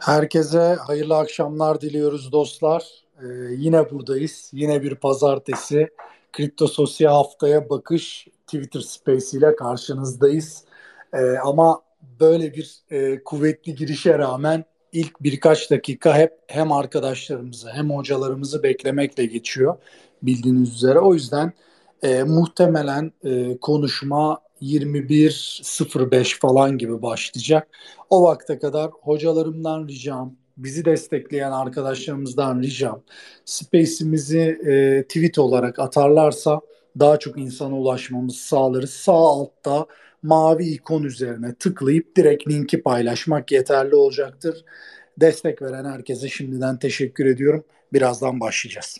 Herkese hayırlı akşamlar diliyoruz dostlar. Yine buradayız. Yine bir pazartesi. Kripto Sosya haftaya bakış Twitter Space ile karşınızdayız. Ama böyle bir kuvvetli girişe rağmen ilk birkaç dakika hep hem arkadaşlarımızı hem hocalarımızı beklemekle geçiyor bildiğiniz üzere. O yüzden muhtemelen konuşma 21.05 falan gibi başlayacak. O vakte kadar hocalarımdan ricam, bizi destekleyen arkadaşlarımızdan ricam, Space'imizi tweet olarak atarlarsa daha çok insana ulaşmamızı sağlarız. Sağ altta mavi ikon üzerine tıklayıp direkt linki paylaşmak yeterli olacaktır. Destek veren herkese şimdiden teşekkür ediyorum. Birazdan başlayacağız.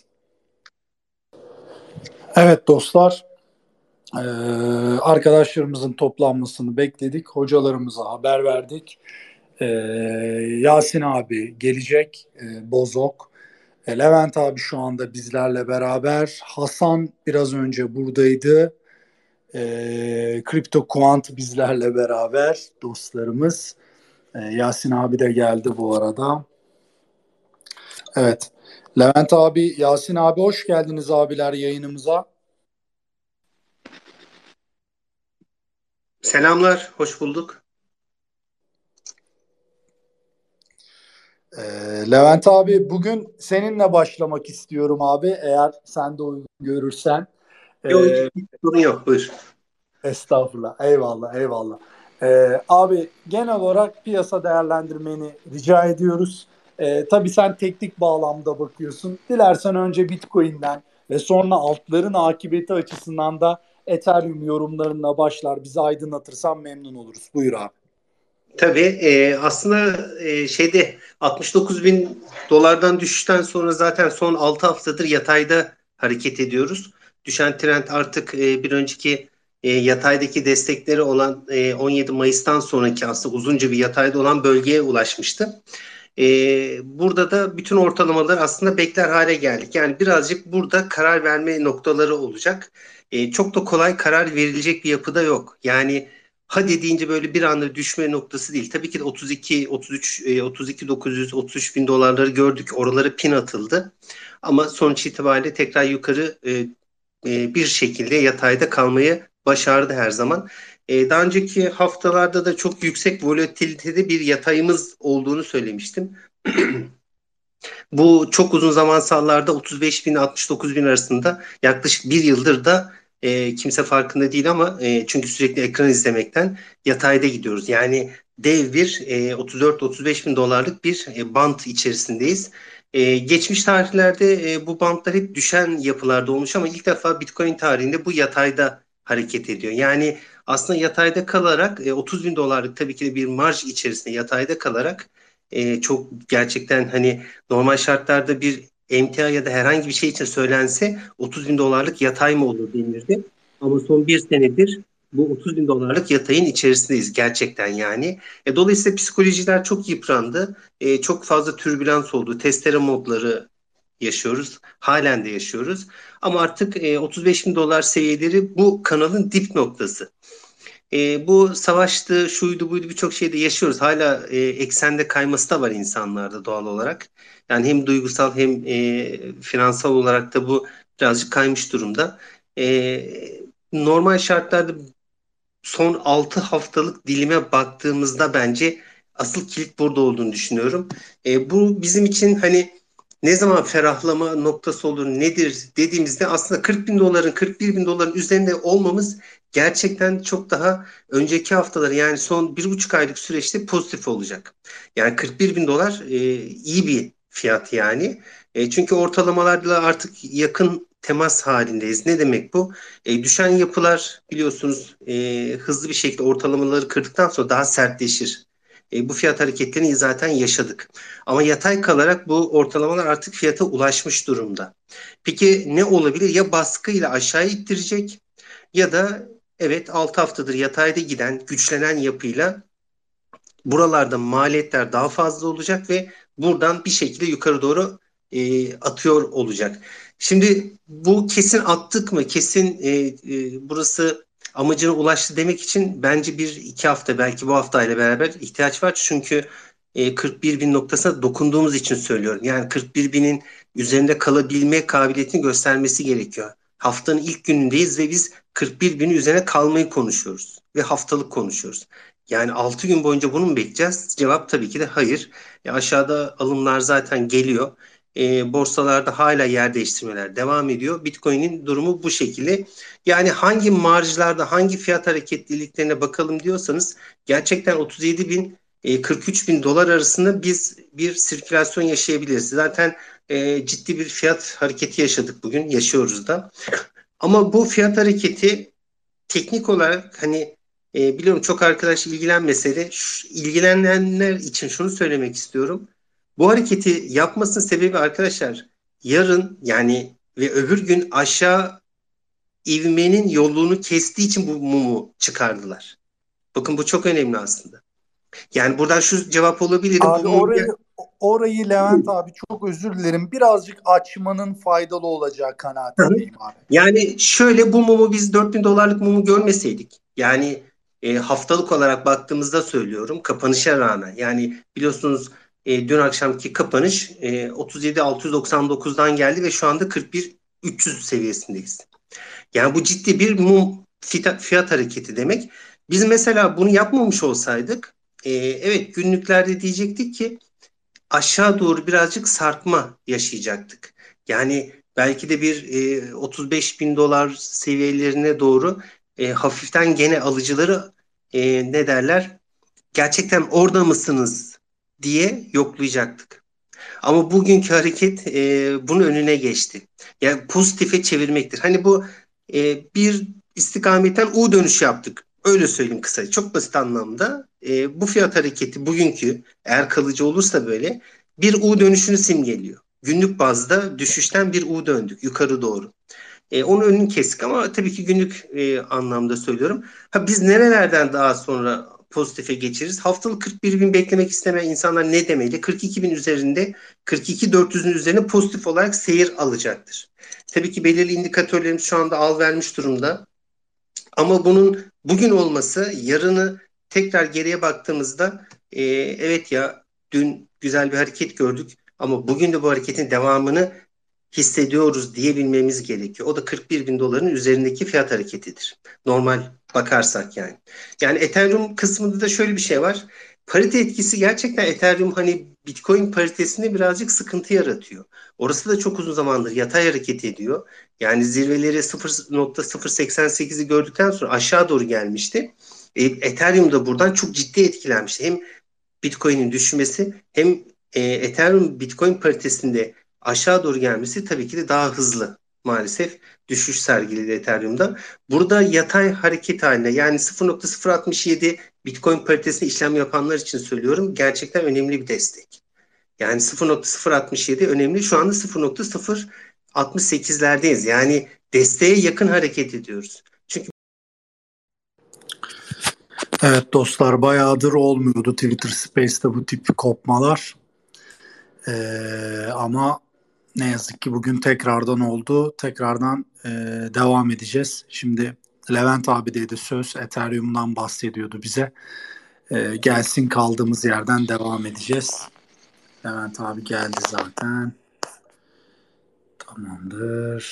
Evet dostlar, Ee, arkadaşlarımızın toplanmasını bekledik. Hocalarımıza haber verdik. Ee, Yasin abi gelecek. Bozok. Levent abi şu anda bizlerle beraber. Hasan biraz önce buradaydı. Kripto Kuant bizlerle beraber dostlarımız. Yasin abi de geldi bu arada. Evet. Levent abi, Yasin abi hoş geldiniz abiler yayınımıza. Selamlar, hoş bulduk. Levent abi bugün seninle başlamak istiyorum abi eğer sen de uygun görürsen. Yok, hiç Ee, sorun yok, buyur. Estağfurullah, eyvallah, eyvallah. Abi genel olarak piyasa değerlendirmeni rica ediyoruz. Tabii sen teknik bağlamda bakıyorsun. Dilersen önce Bitcoin'den ve sonra altların akıbeti açısından da Ethereum yorumlarına başlar. Bizi aydınlatırsan memnun oluruz. Buyur abi. Tabii aslında şeyde 69 bin dolardan düşüşten sonra zaten son 6 haftadır yatayda hareket ediyoruz. Düşen trend artık bir önceki yataydaki destekleri olan 17 Mayıs'tan sonraki aslında uzunca bir yatayda olan bölgeye ulaşmıştı. Burada da bütün ortalamalar aslında bekler hale geldik. Yani birazcık burada karar verme noktaları olacak. Çok da kolay karar verilecek bir yapıda yok. Yani hadi deyince böyle bir anda düşme noktası değil. Tabii ki de 32, 33, 32 900, 33 bin dolarları gördük. Oralara pin atıldı. Ama sonuç itibariyle tekrar yukarı bir şekilde yatayda kalmayı başardı her zaman. Daha önceki haftalarda da çok yüksek volatilitede bir yatayımız olduğunu söylemiştim. Bu çok uzun zamansallarda 35 bin 69 bin arasında yaklaşık bir yıldır da kimse farkında değil ama çünkü sürekli ekran izlemekten yatayda gidiyoruz. Yani dev bir 34-35 bin dolarlık bir bant içerisindeyiz. Geçmiş tarihlerde bu bantlar hep düşen yapılarda olmuş ama ilk defa Bitcoin tarihinde bu yatayda hareket ediyor. Yani aslında yatayda kalarak 30 bin dolarlık tabii ki de bir marj içerisinde yatayda kalarak çok gerçekten hani normal şartlarda bir emtia ya da herhangi bir şey için söylense 30 bin dolarlık yatay mı olur denirdi. Ama son bir senedir bu 30 bin dolarlık yatayın içerisindeyiz gerçekten yani. Dolayısıyla psikolojiler çok yıprandı. Çok fazla türbülans oldu. Testere modları yaşıyoruz. Halen de yaşıyoruz. Ama artık 35 bin dolar seviyeleri bu kanalın dip noktası. Bu savaştı, şuydu buydu birçok şeyde yaşıyoruz. Hala eksende kayması da var insanlarda doğal olarak. Yani hem duygusal hem finansal olarak da bu birazcık kaymış durumda. Normal şartlarda son 6 haftalık dilime baktığımızda bence asıl kilit burada olduğunu düşünüyorum. Bu bizim için hani ne zaman ferahlama noktası olur nedir dediğimizde aslında 40 bin doların 41 bin doların üzerinde olmamız gerçekten çok daha önceki haftaları yani son 1,5 aylık süreçte pozitif olacak. Yani 41 bin dolar iyi bir fiyat yani. Çünkü ortalamalarla artık yakın temas halindeyiz. Ne demek bu? Düşen yapılar biliyorsunuz hızlı bir şekilde ortalamaları kırdıktan sonra daha sertleşir. Bu fiyat hareketlerini zaten yaşadık. Ama yatay kalarak bu ortalamalar artık fiyata ulaşmış durumda. Peki ne olabilir? Ya baskıyla aşağı ittirecek ya da evet 6 haftadır yatayda giden güçlenen yapıyla buralarda maliyetler daha fazla olacak ve buradan bir şekilde yukarı doğru atıyor olacak. Şimdi bu kesin attık mı? Kesin burası amacına ulaştı demek için bence bir iki hafta belki bu haftayla beraber ihtiyaç var. Çünkü 41 bin noktasına dokunduğumuz için söylüyorum. Yani 41 binin üzerinde kalabilme kabiliyetini göstermesi gerekiyor. Haftanın ilk günündeyiz ve biz 41 binin üzerine kalmayı konuşuyoruz. Ve haftalık konuşuyoruz. Yani 6 gün boyunca bunu mu bekleyeceğiz? Cevap tabii ki de hayır. Aşağıda alımlar zaten geliyor. Borsalarda hala yer değiştirmeler devam ediyor. Bitcoin'in durumu bu şekilde. Yani hangi marjlarda hangi fiyat hareketliliklerine bakalım diyorsanız gerçekten 37 bin 43 bin dolar arasında biz bir sirkülasyon yaşayabiliriz. Zaten ciddi bir fiyat hareketi yaşadık bugün, yaşıyoruz da. Ama bu fiyat hareketi teknik olarak hani biliyorum çok arkadaş ilgilenmese de ilgilenenler için şunu söylemek istiyorum. Bu hareketi yapmasının sebebi arkadaşlar yarın yani ve öbür gün aşağı ivmenin yolunu kestiği için bu mumu çıkardılar. Bakın bu çok önemli aslında. Yani buradan şu cevap olabilir. Bu Abi mum orayı Levent abi çok özür dilerim. Birazcık açmanın faydalı olacağı kanaatindeyim abi. yani şöyle bu mumu biz 4.000 dolarlık mumu görmeseydik yani haftalık olarak baktığımızda söylüyorum kapanışa rağmen yani biliyorsunuz dün akşamki kapanış 37.699'dan geldi ve şu anda 41.300 seviyesindeyiz. Yani bu ciddi bir mum fiyat hareketi demek. Biz mesela bunu yapmamış olsaydık evet günlüklerde diyecektik ki aşağı doğru birazcık sarkma yaşayacaktık. Yani belki de bir 35 bin dolar seviyelerine doğru hafiften gene alıcıları ne derler gerçekten orada mısınız diye yoklayacaktık. Ama bugünkü hareket bunun önüne geçti. Yani pozitife çevirmektir. Hani bu bir istikametten U dönüşü yaptık. Öyle söyleyeyim kısaca. Çok basit anlamda bu fiyat hareketi bugünkü eğer kalıcı olursa böyle bir U dönüşünü simgeliyor. Günlük bazda düşüşten bir U döndük yukarı doğru. Onun önünü kestik ama tabii ki günlük anlamda söylüyorum. Ha, biz nerelerden daha sonra pozitife geçeriz? Haftalık 41 bin beklemek istemeyen insanlar ne demeli? 42 bin üzerinde 42.400'ün üzerine pozitif olarak seyir alacaktır. Tabii ki belirli indikatörlerimiz şu anda al vermiş durumda. Ama bunun bugün olması yarını tekrar geriye baktığımızda evet ya dün güzel bir hareket gördük ama bugün de bu hareketin devamını hissediyoruz diyebilmemiz gerekiyor. O da 41 bin doların üzerindeki fiyat hareketidir. Normal bakarsak yani. Yani Ethereum kısmında da şöyle bir şey var. Parite etkisi gerçekten Ethereum hani Bitcoin paritesinde birazcık sıkıntı yaratıyor. Orası da çok uzun zamandır yatay hareket ediyor. Yani zirveleri 0.088'i gördükten sonra aşağı doğru gelmişti. Ethereum da buradan çok ciddi etkilenmişti. Hem Bitcoin'in düşmesi hem Ethereum Bitcoin paritesinde aşağı doğru gelmesi tabii ki de daha hızlı maalesef düşüş sergiledi Ethereum'da. Burada yatay hareket haline yani 0.067 Bitcoin paritesinde işlem yapanlar için söylüyorum gerçekten önemli bir destek. Yani 0.067 önemli. Şu anda 0.068'lerdeyiz. Yani desteğe yakın hareket ediyoruz. Çünkü Evet dostlar bayağıdır olmuyordu Twitter Space'te bu tip kopmalar. Ama ne yazık ki bugün tekrardan oldu. Tekrardan devam edeceğiz. Şimdi Levent abideydi söz. Ethereum'dan bahsediyordu bize. Gelsin kaldığımız yerden devam edeceğiz. Levent abi geldi zaten. Tamamdır.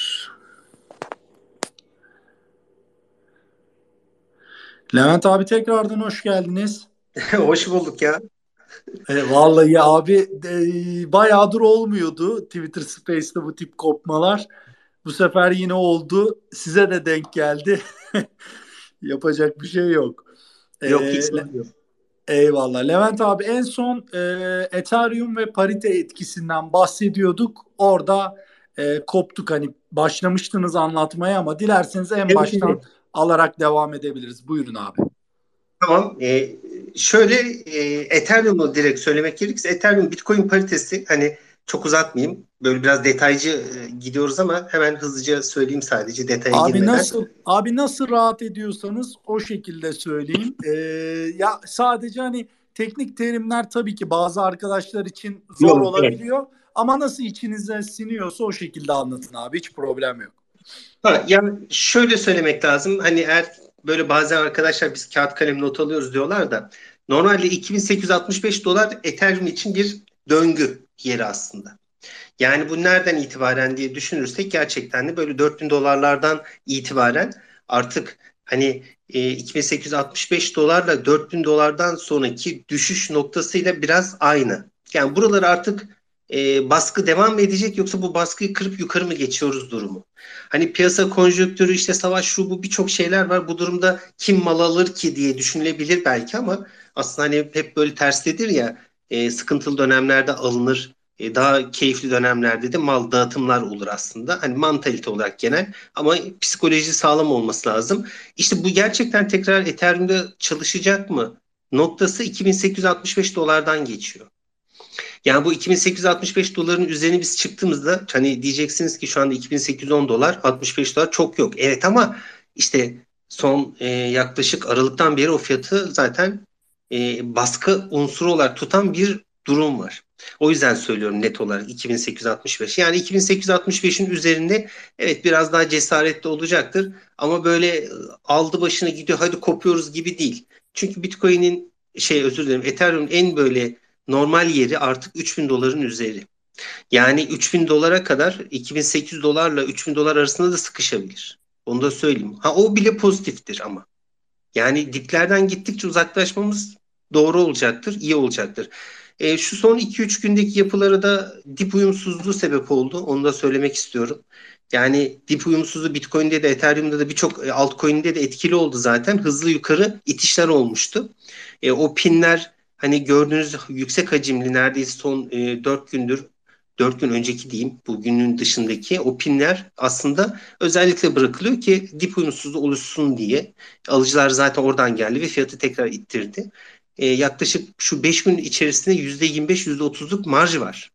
Levent abi tekrardan hoş geldiniz. hoş bulduk ya. Vallahi abi bayağıdır olmuyordu Twitter Space'te bu tip kopmalar. Bu sefer yine oldu. Size de denk geldi. Yapacak bir şey yok. E, Yok hiç sorun yok. Eyvallah. Levent abi en son Ethereum ve parite etkisinden bahsediyorduk. Orada koptuk hani başlamıştınız anlatmaya ama dilerseniz en Evet, baştan evet. alarak devam edebiliriz. Buyurun abi. Tamam. Şöyle Ethereum'u direkt söylemek gerekirse Ethereum Bitcoin paritesi hani çok uzatmayayım. Böyle biraz detaycı gidiyoruz ama hemen hızlıca söyleyeyim sadece detaya girmeden. Abi nasıl rahat ediyorsanız o şekilde söyleyeyim. Ya sadece hani teknik terimler tabii ki bazı arkadaşlar için zor Yok, evet. olabiliyor ama nasıl içinize siniyorsa o şekilde anlatın abi hiç problem yok. Ha, yani şöyle söylemek lazım. Hani eğer böyle bazen arkadaşlar biz kağıt kalem not alıyoruz diyorlar da Normalde 2865 dolar Ethereum için bir döngü yeri aslında. Yani bu nereden itibaren diye düşünürsek gerçekten de böyle 4000 dolarlardan itibaren artık hani 2865 dolarla 4000 dolardan sonraki düşüş noktasıyla biraz aynı. Yani buralar artık baskı devam mı edecek yoksa bu baskıyı kırıp yukarı mı geçiyoruz durumu? Hani piyasa konjonktürü işte savaş şu bu birçok şeyler var. Bu durumda kim mal alır ki diye düşünülebilir belki ama aslında hani hep böyle terstedir ya, sıkıntılı dönemlerde alınır, daha keyifli dönemlerde de mal dağıtımlar olur aslında. Hani mantalite olarak genel ama psikoloji sağlam olması lazım. İşte bu gerçekten tekrar Ethereum'da çalışacak mı noktası 2865 dolardan geçiyor. Yani bu 2865 doların üzerine biz çıktığımızda hani diyeceksiniz ki şu anda 2810 dolar 65 dolar çok yok. Evet ama işte son yaklaşık Aralık'tan beri o fiyatı zaten baskı unsuru olarak tutan bir durum var. O yüzden söylüyorum net olarak 2865. Yani 2865'in üzerinde evet biraz daha cesaretli olacaktır. Ama böyle aldı başına gidiyor hadi kopuyoruz gibi değil. Çünkü Bitcoin'in özür dilerim, Ethereum'un en böyle normal yeri artık 3000 doların üzeri. Yani 3000 dolara kadar 2800 dolarla 3000 dolar arasında da sıkışabilir. Onu da söyleyeyim. Ha o bile pozitiftir ama. Yani diplerden gittikçe uzaklaşmamız doğru olacaktır, iyi olacaktır. Şu son 2-3 gündeki yapılara da dip uyumsuzluğu sebep oldu. Onu da söylemek istiyorum. Yani dip uyumsuzluğu Bitcoin'de de Ethereum'da da birçok altcoin'de de etkili oldu zaten. Hızlı yukarı itişler olmuştu. O pinler hani gördüğünüz yüksek hacimli neredeyse son 4 gündür 4 gün önceki diyeyim bugünün dışındaki o pinler aslında özellikle bırakılıyor ki dip uyumsuzluğu oluşsun diye. Alıcılar zaten oradan geldi ve fiyatı tekrar ittirdi. Yaklaşık şu 5 gün içerisinde %25, %30'luk marj var.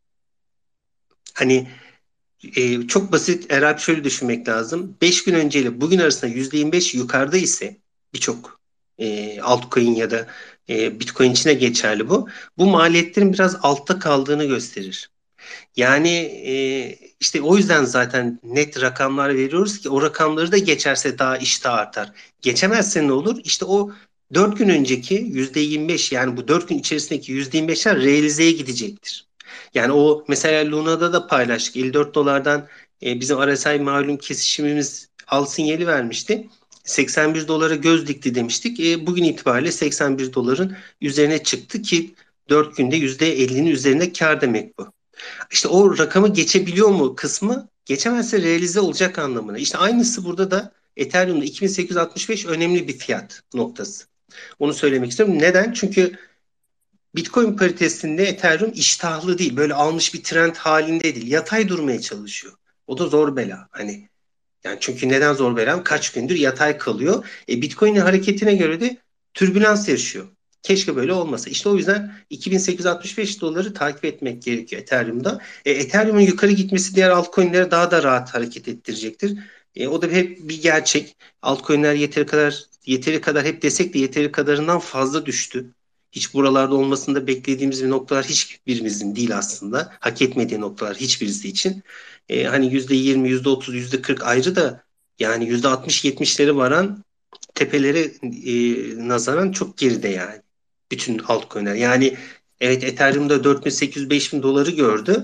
Hani çok basit Erap şöyle düşünmek lazım. 5 gün önceyle bugün arasında %25 yukarıda ise birçok altcoin ya da Bitcoin içine geçerli bu. Bu maliyetlerin biraz altta kaldığını gösterir. Yani işte o yüzden zaten net rakamlar veriyoruz ki o rakamları da geçerse daha iştah artar. Geçemezse ne olur? İşte o 4 gün önceki %25 yani bu 4 gün içerisindeki %25'ler realizeye gidecektir. Yani o mesela Luna'da da paylaştık. 54 dolardan bizim RSI malum kesişimimiz al sinyali vermişti. 81 dolara göz dikti demiştik. Bugün itibariyle 81 doların üzerine çıktı ki 4 günde %50'nin üzerinde kar demek bu. İşte o rakamı geçebiliyor mu kısmı geçemezse realize olacak anlamına. İşte aynısı burada da Ethereum'da 2865 önemli bir fiyat noktası. Onu söylemek istiyorum. Neden? Çünkü Bitcoin paritesinde Ethereum iştahlı değil. Böyle almış bir trend halinde değil. Yatay durmaya çalışıyor. O da zor bela. Hani yani çünkü neden zor bela? Kaç gündür yatay kalıyor. Bitcoin'in hareketine göre de türbülans yaşıyor. Keşke böyle olmasa. İşte o yüzden 2865 doları takip etmek gerekiyor Ethereum'da. Ethereum'un yukarı gitmesi diğer altcoin'lere daha da rahat hareket ettirecektir. O da hep bir gerçek. Altcoin'ler yeteri kadar hep desek de yeteri kadarından fazla düştü. Hiç buralarda olmasını da beklediğimiz bir noktalar hiçbirimizin değil aslında. Hak etmediği noktalar hiçbirisi için. Hani %20, %30, %40 ayrı da yani %60-70'leri varan tepelere nazaran çok geride yani. Bütün altcoin'ler. Yani evet Ethereum'da 4800-5000 doları gördü.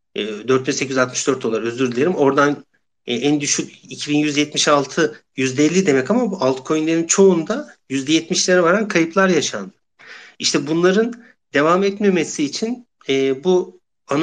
4864 dolar özür dilerim. Oradan en düşük 2176 %50 demek ama bu altcoin'lerin çoğunda %70'lere varan kayıplar yaşandı. İşte bunların devam etmemesi için bu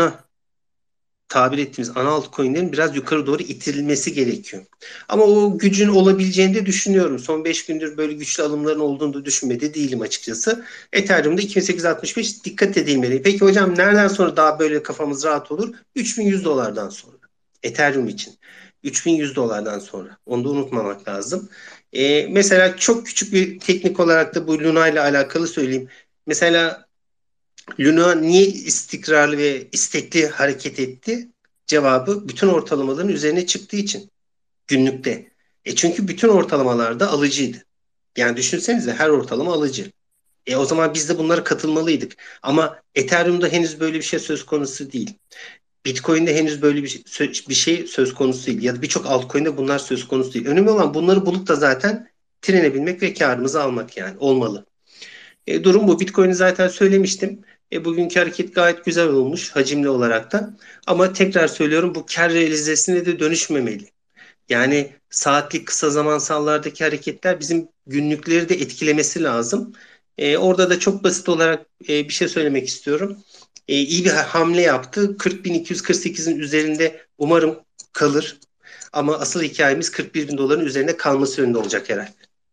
tabir ettiğimiz ana altcoin'lerin biraz yukarı doğru itirilmesi gerekiyor. Ama o gücün olabileceğini de düşünüyorum. Son 5 gündür böyle güçlü alımların olduğunu da düşünmedi değilim açıkçası. Ethereum'da 2865 dikkat edilmeli. Peki hocam nereden sonra daha böyle kafamız rahat olur? 3100 dolardan sonra. Ethereum için. 3100 dolardan sonra. Onu da unutmamak lazım. Mesela çok küçük bir teknik olarak da bu Luna ile alakalı söyleyeyim. Mesela Luna niye istikrarlı ve istekli hareket etti? Cevabı bütün ortalamaların üzerine çıktığı için günlükte. Çünkü bütün ortalamalarda alıcıydı. Yani düşünsenize her ortalama alıcı. O zaman biz de bunlara katılmalıydık. Ama Ethereum'da henüz böyle bir şey söz konusu değil. Bitcoin'de henüz böyle bir şey söz konusu değil. Ya da birçok altcoin'de bunlar söz konusu değil. Önemli olan bunları bulup da zaten trene binmek ve karımızı almak yani olmalı. Durum bu. Bitcoin'i zaten söylemiştim. Bugünkü hareket gayet güzel olmuş hacimli olarak da. Ama tekrar söylüyorum, bu kar realizesine de dönüşmemeli. Yani saatlik kısa zamansallardaki hareketler bizim günlükleri de etkilemesi lazım. Orada da çok basit olarak bir şey söylemek istiyorum. İyi bir hamle yaptı. 40.248'in üzerinde umarım kalır. Ama asıl hikayemiz 41 bin doların üzerinde kalması yönünde olacak herhalde.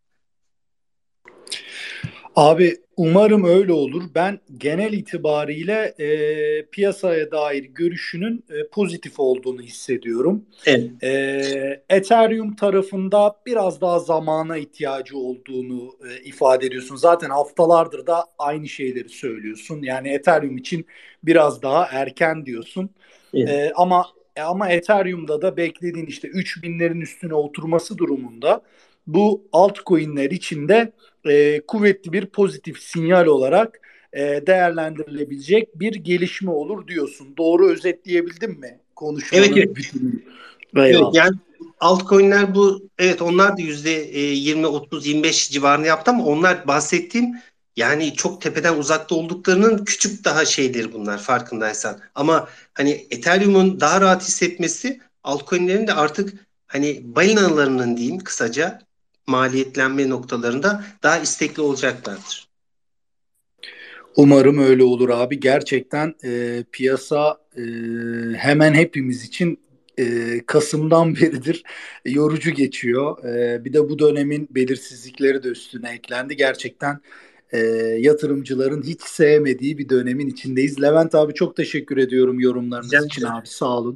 Abi umarım öyle olur. Ben genel itibariyle piyasaya dair görüşünün pozitif olduğunu hissediyorum. Evet. Ethereum tarafında biraz daha zamana ihtiyacı olduğunu ifade ediyorsun. Zaten haftalardır da aynı şeyleri söylüyorsun. Yani Ethereum için biraz daha erken diyorsun. Evet. Ama Ethereum'da da beklediğin işte 3000'lerin üstüne oturması durumunda bu altcoin'ler için de kuvvetli bir pozitif sinyal olarak değerlendirilebilecek bir gelişme olur diyorsun. Doğru özetleyebildim mi Evet, konuşmanın evet. bütününü? Evet, Eyvallah. yani altcoin'ler bu, evet, onlar da yüzde 20, 30, 25 civarını yaptı ama onlar bahsettiğim, yani çok tepeden uzakta olduklarının küçük daha şeyleri bunlar, farkındaysan. Ama hani Ethereum'un daha rahat hissetmesi altcoin'lerin de artık hani balinalarının diyeyim kısaca maliyetlenme noktalarında daha istekli olacaklardır. Umarım öyle olur abi. Gerçekten piyasa hemen hepimiz için Kasım'dan beridir yorucu geçiyor. Bir de bu dönemin belirsizlikleri de üstüne eklendi. Gerçekten e, yatırımcıların hiç sevmediği bir dönemin içindeyiz. Levent abi çok teşekkür ediyorum Rica yorumlarınız için ederim. abi. Sağ olun.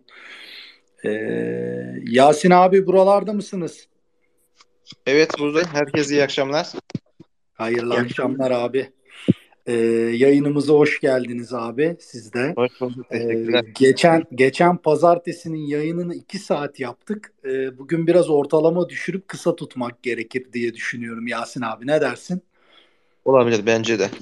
Yasin abi buralarda mısınız? Evet buradayım. Herkese iyi akşamlar. Hayırlı Yani akşamlar abi. Yayınımıza hoş geldiniz abi siz de. Hoş bulduk. Teşekkürler. Geçen pazartesinin yayınını 2 saat yaptık. Bugün biraz ortalama düşürüp kısa tutmak gerekir diye düşünüyorum Yasin abi. Ne dersin? Olabilir bence de.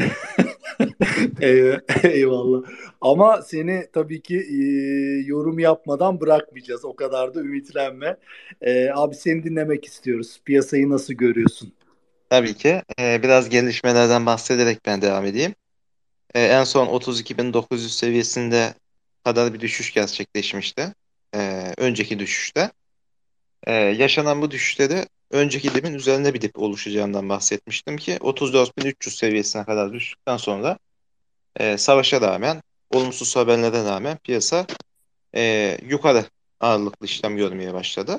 Eyvallah. Ama seni tabii ki yorum yapmadan bırakmayacağız. O kadar da ümitlenme. Abi seni dinlemek istiyoruz. Piyasayı nasıl görüyorsun? Tabii ki. Biraz gelişmelerden bahsederek ben devam edeyim. En son 32.900 seviyesinde kadar bir düşüş gerçekleşmişti. Önceki düşüşte. Yaşanan bu düşüşte de önceki dibin üzerinde bir dip oluşacağından bahsetmiştim ki 34.300 seviyesine kadar düştükten sonra savaşa rağmen, olumsuz haberlere rağmen piyasa yukarı ağırlıklı işlem görmeye başladı.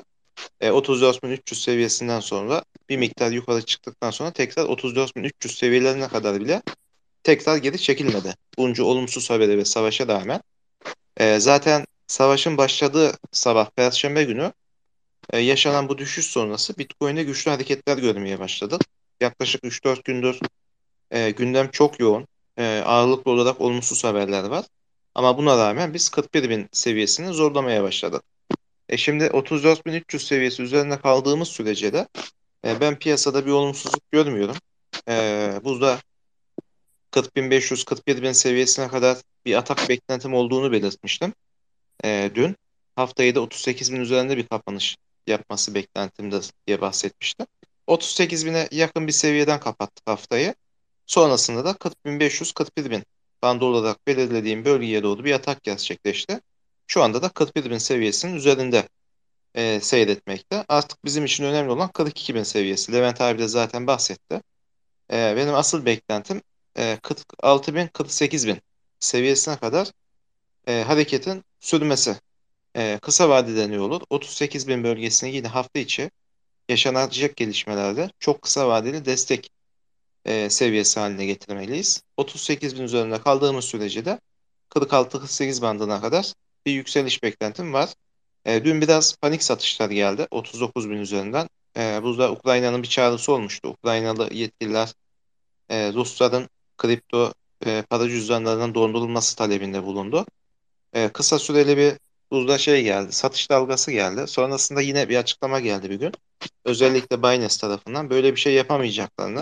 34.300 seviyesinden sonra bir miktar yukarı çıktıktan sonra tekrar 34.300 seviyelerine kadar bile tekrar geri çekilmedi. Bunca olumsuz habere ve savaşa rağmen. Zaten savaşın başladığı sabah Perşembe günü yaşanan bu düşüş sonrası Bitcoin'e güçlü hareketler görmeye başladık. Yaklaşık 3-4 gündür gündem çok yoğun. Ağırlıklı olarak olumsuz haberler var. Ama buna rağmen biz 41 bin seviyesini zorlamaya başladık. Şimdi 34.300 seviyesi üzerinde kaldığımız sürece de ben piyasada bir olumsuzluk görmüyorum. Burada 40.500-41.000 seviyesine kadar bir atak beklentim olduğunu belirtmiştim. Dün haftayı da 38.000 üzerinde bir kapanış yapması beklentimde diye bahsetmiştim. 38.000'e yakın bir seviyeden kapattık haftayı. Sonrasında da 40.500-41.000 bandı olarak belirlediğim bölgeye doğru bir atak gerçekleşti. Şu anda da 41.000 seviyesinin üzerinde seyretmekte. Artık bizim için önemli olan 42 bin seviyesi. Levent abi de zaten bahsetti. Benim asıl beklentim 46 bin, 48 bin seviyesine kadar hareketin sürmesi. Kısa vadede ne olur? 38 bin bölgesini yine hafta içi yaşanacak gelişmelerde çok kısa vadeli destek seviyesi haline getirmeliyiz. 38 bin üzerinde kaldığımız sürece de 46-48 bandına kadar bir yükseliş beklentim var. Dün biraz panik satışlar geldi 39 bin üzerinden. Burada Ukrayna'nın bir çağrısı olmuştu. Ukraynalı yetkililer Rusların kripto para cüzdanlarının dondurulması talebinde bulundu. Kısa süreli bir burada şey geldi, satış dalgası geldi. Sonrasında yine bir açıklama geldi bir gün. Özellikle Binance tarafından böyle bir şey yapamayacaklarını,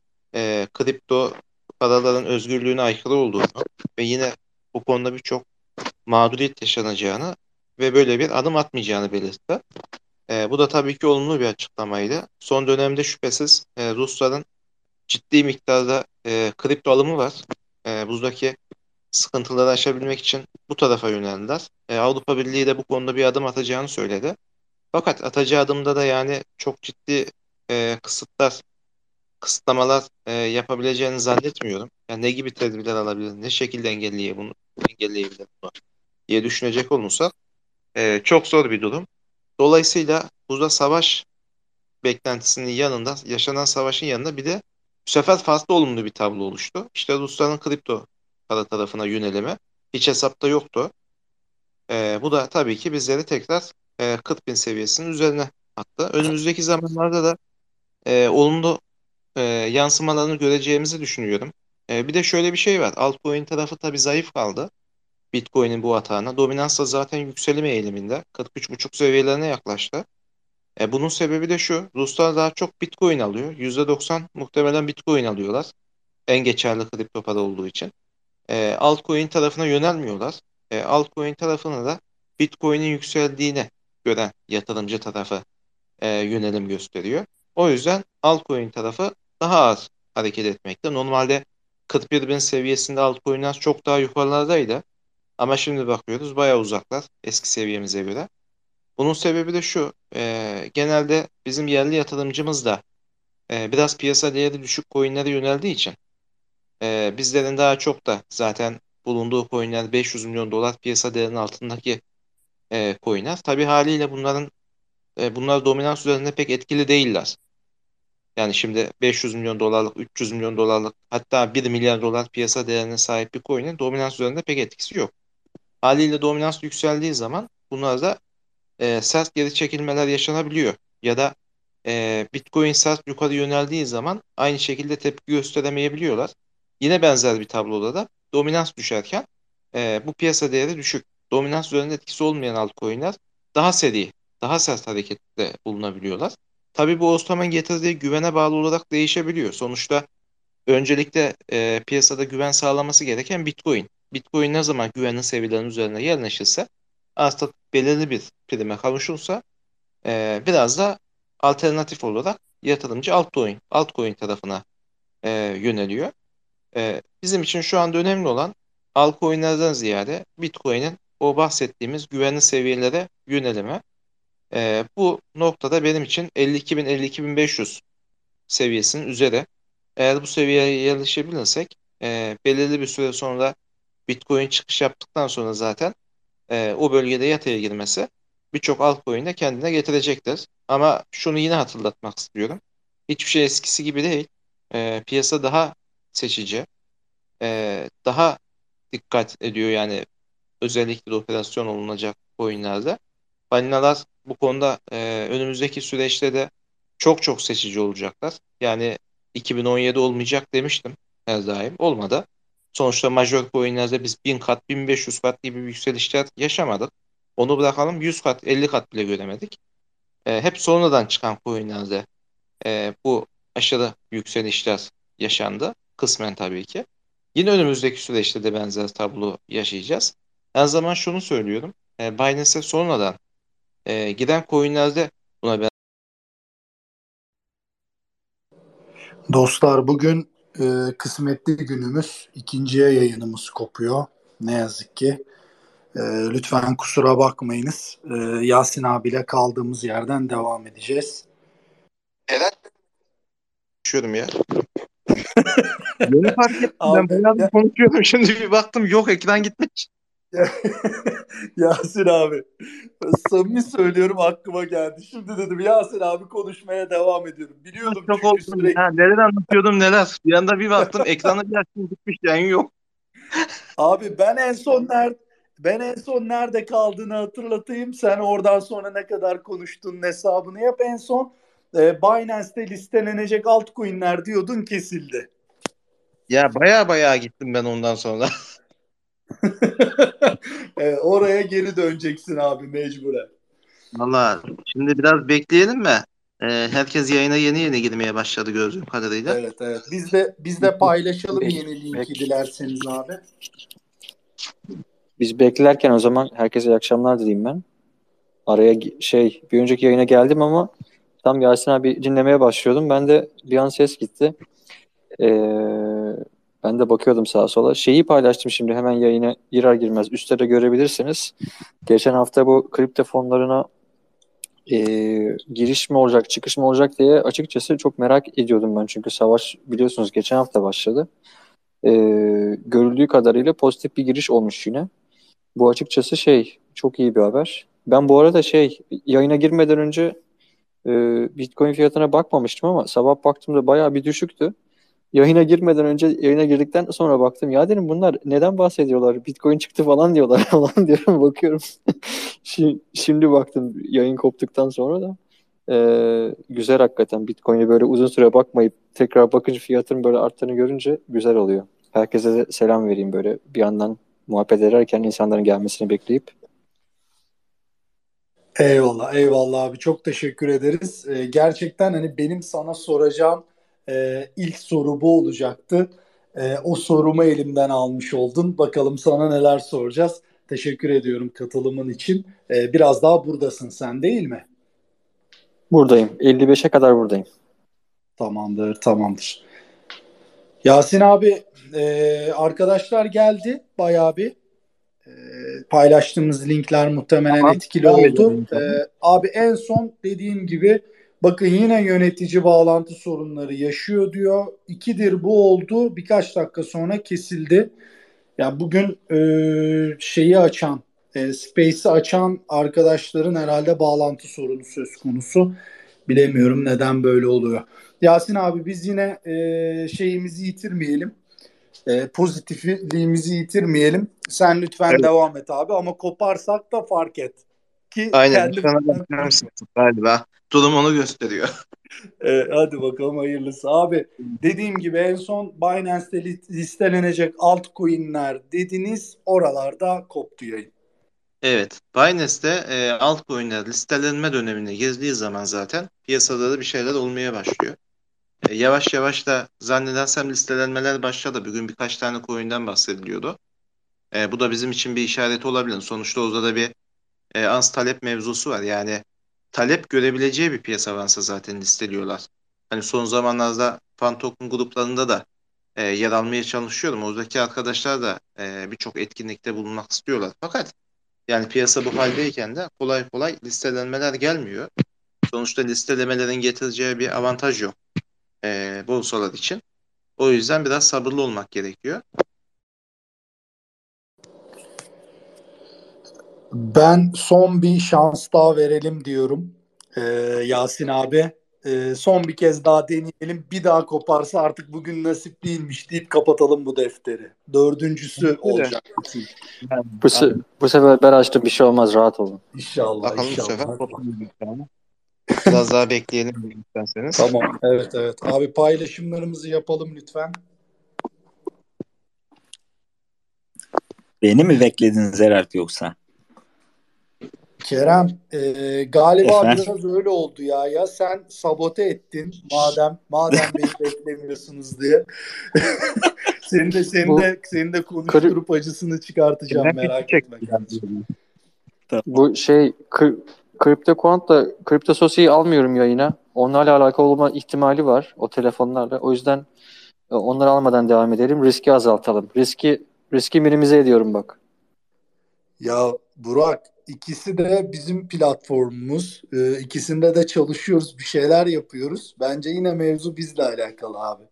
kripto paraların özgürlüğüne aykırı olduğunu ve yine bu konuda birçok mağduriyet yaşanacağını ve böyle bir adım atmayacağını belirtti. Bu da tabii ki olumlu bir açıklamaydı. Son dönemde şüphesiz Rusların ciddi miktarda kripto alımı var. Buradaki sıkıntıları aşabilmek için bu tarafa yöneldiler. Avrupa Birliği de bu konuda bir adım atacağını söyledi. Fakat atacağı adımda da yani çok ciddi kısıtlamalar yapabileceğini zannetmiyorum. Yani ne gibi tedbirler alabilir, ne şekilde engelleyebilir bunu diye düşünecek olursak çok zor bir durum. Dolayısıyla burada savaş beklentisinin yanında, yaşanan savaşın yanında bir de bu sefer farklı olumlu bir tablo oluştu. İşte Rusların kripto para tarafına yönelimi hiç hesapta yoktu. Bu da tabii ki bizleri tekrar 40 bin seviyesinin üzerine attı. Önümüzdeki zamanlarda da olumlu yansımalarını göreceğimizi düşünüyorum. Bir de şöyle bir şey var. Altcoin tarafı tabii zayıf kaldı. Bitcoin'in bu atağına. Dominans da zaten yükselim eğiliminde. 43,5 seviyelerine yaklaştı. Bunun sebebi de şu. Ruslar daha çok Bitcoin alıyor. %90 muhtemelen Bitcoin alıyorlar. En geçerli kripto para olduğu için. Altcoin tarafına yönelmiyorlar. Altcoin tarafına da Bitcoin'in yükseldiğini gören yatırımcı tarafı yönelim gösteriyor. O yüzden altcoin tarafı daha az hareket etmekte. Normalde 41 bin seviyesinde altcoin'ler çok daha yukarılardaydı. Ama şimdi bakıyoruz bayağı uzaklar eski seviyemize göre. Bunun sebebi de şu. Genelde bizim yerli yatırımcımız da biraz piyasa değeri düşük coin'lere yöneldiği için bizlerin daha çok da zaten bulunduğu coin'ler 500 milyon dolar piyasa değerinin altındaki coin'ler. Tabii haliyle bunlar dominans üzerinde pek etkili değiller. Yani şimdi 500 milyon dolarlık, 300 milyon dolarlık hatta 1 milyar dolar piyasa değerine sahip bir coin'in dominans üzerinde pek etkisi yok. Haliyle dominans yükseldiği zaman bunlarda sert geri çekilmeler yaşanabiliyor. Ya da Bitcoin sert yukarı yöneldiği zaman aynı şekilde tepki gösteremeyebiliyorlar. Yine benzer bir tabloda da dominans düşerken bu piyasa değeri düşük. Dominans üzerinde etkisi olmayan altcoin'ler daha seri, daha sert harekette bulunabiliyorlar. Tabii bu ortamın getirdiği güvene bağlı olarak değişebiliyor. Sonuçta öncelikle piyasada güven sağlaması gereken Bitcoin. Bitcoin ne zaman güvenli seviyelerin üzerine yerleşirse artık belirli bir prime kavuşursa biraz da alternatif olarak yatırımcı altcoin tarafına yöneliyor. Bizim için şu anda önemli olan altcoin'lerden ziyade Bitcoin'in o bahsettiğimiz güvenli seviyelere yönelimi. Bu noktada benim için 52.000 52.500 seviyesinin üzeri. Eğer bu seviyeye yerleşebilirsek belirli bir süre sonra Bitcoin çıkış yaptıktan sonra zaten o bölgede yataya girmesi birçok altcoin'de kendine getirecektir. Ama şunu yine hatırlatmak istiyorum. Hiçbir şey eskisi gibi değil. Piyasa daha seçici, daha dikkat ediyor yani özellikle de operasyon olunacak coinlerde. Balinalar bu konuda önümüzdeki süreçte de çok çok seçici olacaklar. Yani 2017 olmayacak demiştim her daim. Olmadı. Sonuçta major coinlerde biz 1000 kat, 1500 kat gibi yükselişler yaşamadık. Onu bırakalım 100 kat, 50 kat bile göremedik. Hep sonradan çıkan coinlerde bu aşırı yükselişler yaşandı. Kısmen tabii ki. Yine önümüzdeki süreçte de benzer tablo yaşayacağız. Her zaman şunu söylüyorum. Binance'e sonradan giden coinlerde buna ben Dostlar bugün kısmetli günümüz. İkinciye yayınımız kopuyor. Ne yazık ki. Lütfen kusura bakmayınız. Yasin abiyle kaldığımız yerden devam edeceğiz. evet konuşuyorum ya. Yeni fark ettim ben Abi bayağı bir konuşuyorum. Şimdi bir baktım yok ekran gitmiş. Yasin abi samimi söylüyorum aklıma geldi. Şimdi dedim Yasin abi konuşmaya devam ediyorum. Biliyordum Çok çünkü oldum ya. Neler anlatıyordum neler. Bir anda bir baktım ekranı bir açtım gitmiş yayın yok. Abi ben en son nerede kaldığını hatırlatayım. Sen oradan sonra ne kadar konuştuğunun hesabını yap. En son Binance'te listelenecek altcoin'ler diyordun kesildi. Ya baya gittim ben ondan sonra. Oraya geri döneceksin abi mecburen. Valla şimdi biraz bekleyelim mi? Herkes yayına yeni yeni girmeye başladı gördüğüm kadarıyla. Evet evet. Biz de paylaşalım Bek, yeni linki bek. dilerseniz abi. Biz beklerken o zaman herkese iyi akşamlar dileyim ben. Araya bir önceki yayına geldim ama tam Yasin abi dinlemeye başlıyordum. Ben de bir an ses gitti. Ben de bakıyordum sağa sola. Şeyi paylaştım şimdi hemen yayına girer girmez. Üstte de görebilirsiniz. Geçen hafta bu kripto fonlarına giriş mi olacak, çıkış mı olacak diye açıkçası çok merak ediyordum ben. Çünkü savaş biliyorsunuz geçen hafta başladı. Görüldüğü kadarıyla pozitif bir giriş olmuş yine. Bu açıkçası çok iyi bir haber. Ben bu arada yayına girmeden önce e, Bitcoin fiyatına bakmamıştım ama sabah baktığımda bayağı bir düşüktü. Yayına girmeden önce yayına girdikten sonra baktım. Ya dedim bunlar neden bahsediyorlar? Bitcoin çıktı falan diyorlar falan diyorum bakıyorum. Şimdi baktım yayın koptuktan sonra da güzel hakikaten Bitcoin'e böyle uzun süre bakmayıp tekrar bakınca fiyatın böyle arttığını görünce güzel oluyor. Herkese de selam vereyim böyle bir yandan muhabbet ederken insanların gelmesini bekleyip. Eyvallah, eyvallah abi. Çok teşekkür ederiz. Gerçekten hani benim sana soracağım ilk soru bu olacaktı. O sorumu elimden almış oldun. Bakalım sana neler soracağız. Teşekkür ediyorum katılımın için. Biraz daha buradasın sen değil mi? Buradayım. 55'e kadar buradayım. Tamamdır, tamamdır. Yasin abi, arkadaşlar geldi bayağı bir. E, Paylaştığımız linkler muhtemelen Tamam. etkili Devam oldu. edelim sana. Abi en son dediğim gibi bakın yine yönetici bağlantı sorunları yaşıyor diyor. İkidir bu oldu. Birkaç dakika sonra kesildi. Ya bugün şeyi açan, Space'i açan arkadaşların herhalde bağlantı sorunu söz konusu. Bilemiyorum neden böyle oluyor. Yasin abi biz yine şeyimizi yitirmeyelim. Pozitifliğimizi yitirmeyelim. Sen lütfen Evet. devam et abi ama koparsak da fark et. Ki Aynen. kendimden Sana bakar mısın galiba? Durum onu gösteriyor. hadi bakalım hayırlısı. Abi dediğim gibi en son Binance'te listelenecek altcoin'ler dediniz. Oralarda koptu yayın. Evet. Binance'te altcoin'ler listelenme dönemine girdiği zaman zaten piyasada da bir şeyler olmaya başlıyor. Yavaş yavaş da zannedersem listelenmeler başladı. Bugün birkaç tane coin'den bahsediliyordu. Bu da bizim için bir işaret olabilir. Sonuçta orada da bir arz talep mevzusu var. Yani talep görebileceği bir piyasa varsa zaten listeliyorlar. Hani son zamanlarda fan token gruplarında da yer almaya çalışıyorum. Oradaki arkadaşlar da birçok etkinlikte bulunmak istiyorlar. Fakat yani piyasa bu haldeyken de kolay kolay listelenmeler gelmiyor. Sonuçta listelemelerin getireceği bir avantaj yok borsalar için. O yüzden biraz sabırlı olmak gerekiyor. Ben son bir şans daha verelim diyorum. Ee, Yasin abi. Son bir kez daha deneyelim. Bir daha koparsa artık bugün nasip değilmiş deyip kapatalım bu defteri. Dördüncüsü Öyle. olacak bu çünkü. Yani, Bu sefer ben açtım bir şey olmaz rahat olun. İnşallah, bakalım bu sefer inşallah. kopyalayacağız. Biraz daha bekleyelim isterseniz. Tamam, evet, evet. Abi paylaşımlarımızı yapalım lütfen. Beni mi beklediniz herhalde yoksa? Kerem, galiba Efendim? biraz öyle oldu ya. Ya sen sabote ettin madem beni beklemiyorsunuz diye. Seni de seni Bu de seni de konuşturup acısını çıkartacağım merak etme kardeşim. Bu CryptoQuant da CryptoSocial'yi almıyorum yayına. Onlarla alakalı olma ihtimali var o telefonlarla. O yüzden onları almadan devam edelim. Riski azaltalım. Riski minimize ediyorum bak. Ya Burak, ikisi de bizim platformumuz. İkisinde de çalışıyoruz, bir şeyler yapıyoruz. Bence yine mevzu bizle alakalı abi.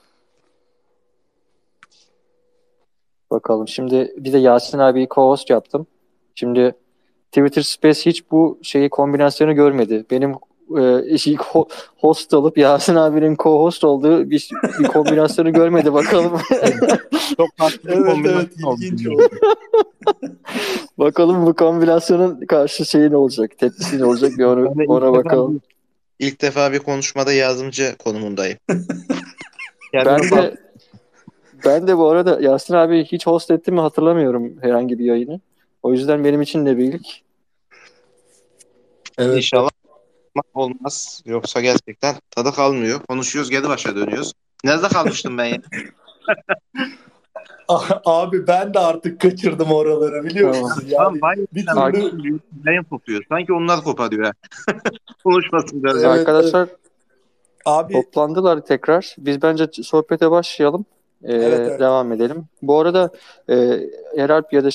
Bakalım. Şimdi bir de Yasin abiyi co-host yaptım. Şimdi Twitter Space hiç bu kombinasyonu görmedi. Benim host olup Yasin abinin co-host olduğu bir kombinasyonu görmedi bakalım. Çok farklı bir Evet, kombinasyon oldu. ilginç oldu. Bakalım bu kombinasyonun karşı ne olacak? Tepkisi ne olacak? Bir Ben de ona bakalım. ilk defa bir konuşmada yardımcı konumundayım. Kendimi Ben de ben de bu arada Yasin abi hiç host ettim mi hatırlamıyorum herhangi bir yayını. O yüzden benim için de bir ilk. Evet. İnşallah olmaz. Yoksa gerçekten tadı kalmıyor. Konuşuyoruz geri başa dönüyoruz. Nerede kalmıştım ben ya? Abi ben de artık kaçırdım oraları biliyor Tamam. musun? Tamam, Yani bir türlü yayın kopuyor. Sanki onlar koparıyor ha. Konuşmasın biraz. evet, evet. Arkadaşlar Abi Toplandılar tekrar. Biz bence sohbete başlayalım. evet, evet. Devam edelim. Bu arada e, Eralp ya da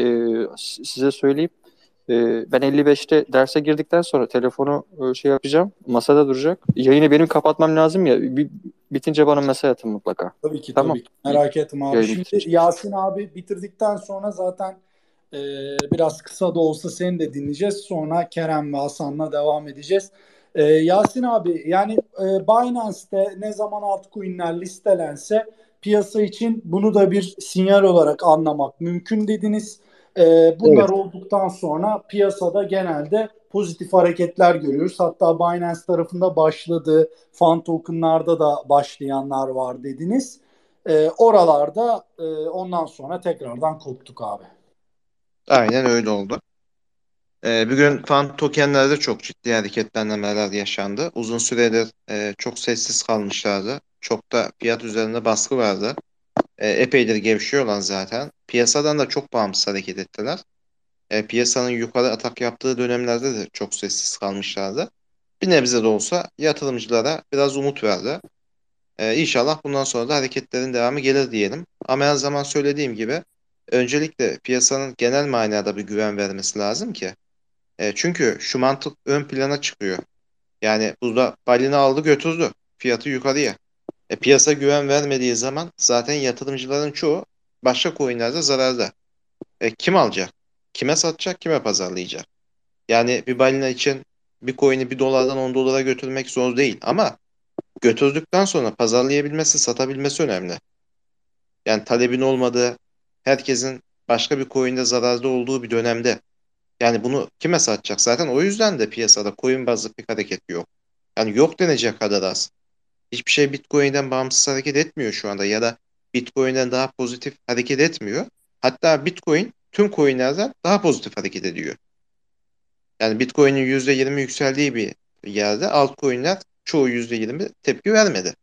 size söyleyeyim. Ben 55'te derse girdikten sonra telefonu şey yapacağım. Masada duracak. Yayını benim kapatmam lazım ya. Bitince bana mesaj atın mutlaka. Tabii ki, Tamam. tabii ki. Merak etme abi. Yayın Şimdi bitince. Yasin abi bitirdikten sonra zaten e, biraz kısa da olsa seni de dinleyeceğiz. Sonra Kerem ve Hasan'la devam edeceğiz. Yasin abi, yani Binance'te ne zaman altcoin'ler listelense piyasa için bunu da bir sinyal olarak anlamak mümkün dediniz. Bunlar Evet. olduktan sonra piyasada genelde pozitif hareketler görüyoruz. Hatta Binance tarafında başladı. Fan token'larda da başlayanlar var dediniz. Oralarda ondan sonra tekrardan koptuk abi. Aynen öyle oldu. Bugün fan tokenlerde çok ciddi hareketlenmeler yaşandı. Uzun süredir çok sessiz kalmışlardı. Çok da fiyat üzerinde baskı vardı. Epeydir gevşiyorlar zaten. Piyasadan da çok bağımsız hareket ettiler. Piyasanın yukarı atak yaptığı dönemlerde de çok sessiz kalmışlardı. Bir nebze de olsa yatırımcılara biraz umut verdi. İnşallah bundan sonra da hareketlerin devamı gelir diyelim. Ama her zaman söylediğim gibi öncelikle piyasanın genel manada bir güven vermesi lazım ki. Çünkü şu mantık ön plana çıkıyor. Yani burada balina aldı götürdü fiyatı yukarıya. Piyasa güven vermediği zaman zaten yatırımcıların çoğu başka coinlerde zararda. Kim alacak? Kime satacak? Kime pazarlayacak? Yani bir balina için bir coin'i $1'dan $10'a götürmek zor değil. Ama götürdükten sonra pazarlayabilmesi, satabilmesi önemli. Yani talebin olmadığı, herkesin başka bir coin'de zararda olduğu bir dönemde. Yani bunu kime satacak? Zaten o yüzden de piyasada coin bazlı pek hareket yok. Yani yok denecek kadar az. Hiçbir şey Bitcoin'den bağımsız hareket etmiyor şu anda ya da Bitcoin'den daha pozitif hareket etmiyor. Hatta Bitcoin tüm coinlerden daha pozitif hareket ediyor. Yani Bitcoin'in %20 yükseldiği bir yerde altcoin'ler çoğu %20 tepki vermedi.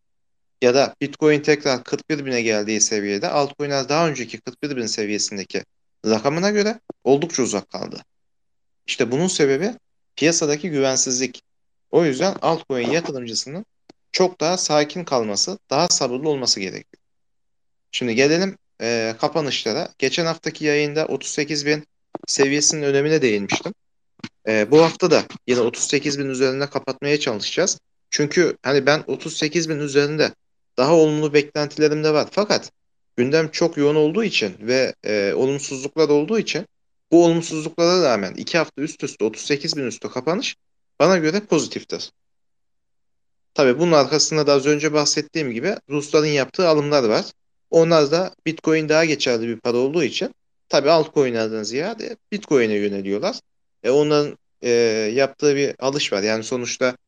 Ya da Bitcoin tekrar 41 bine geldiği seviyede altcoin'ler daha önceki 41 bin seviyesindeki rakamına göre oldukça uzak kaldı. İşte bunun sebebi piyasadaki güvensizlik. O yüzden altcoin yatırımcısının çok daha sakin kalması, daha sabırlı olması gerekiyor. Şimdi gelelim kapanışlara. Geçen haftaki yayında 38 bin seviyesinin önemine değinmiştim. Bu hafta da yine 38 bin üzerinde kapatmaya çalışacağız. Çünkü hani ben 38 bin üzerinde daha olumlu beklentilerim de var. Fakat gündem çok yoğun olduğu için ve olumsuzluklar olduğu için bu olumsuzluklara rağmen 2 hafta üst üste 38 bin üstü kapanış bana göre pozitiftir. Tabii bunun arkasında da az önce bahsettiğim gibi Rusların yaptığı alımlar var. Onlar da Bitcoin daha geçerli bir para olduğu için tabii altcoin'lerden ziyade Bitcoin'e yöneliyorlar. Onların yaptığı bir alış var. Yani sonuçta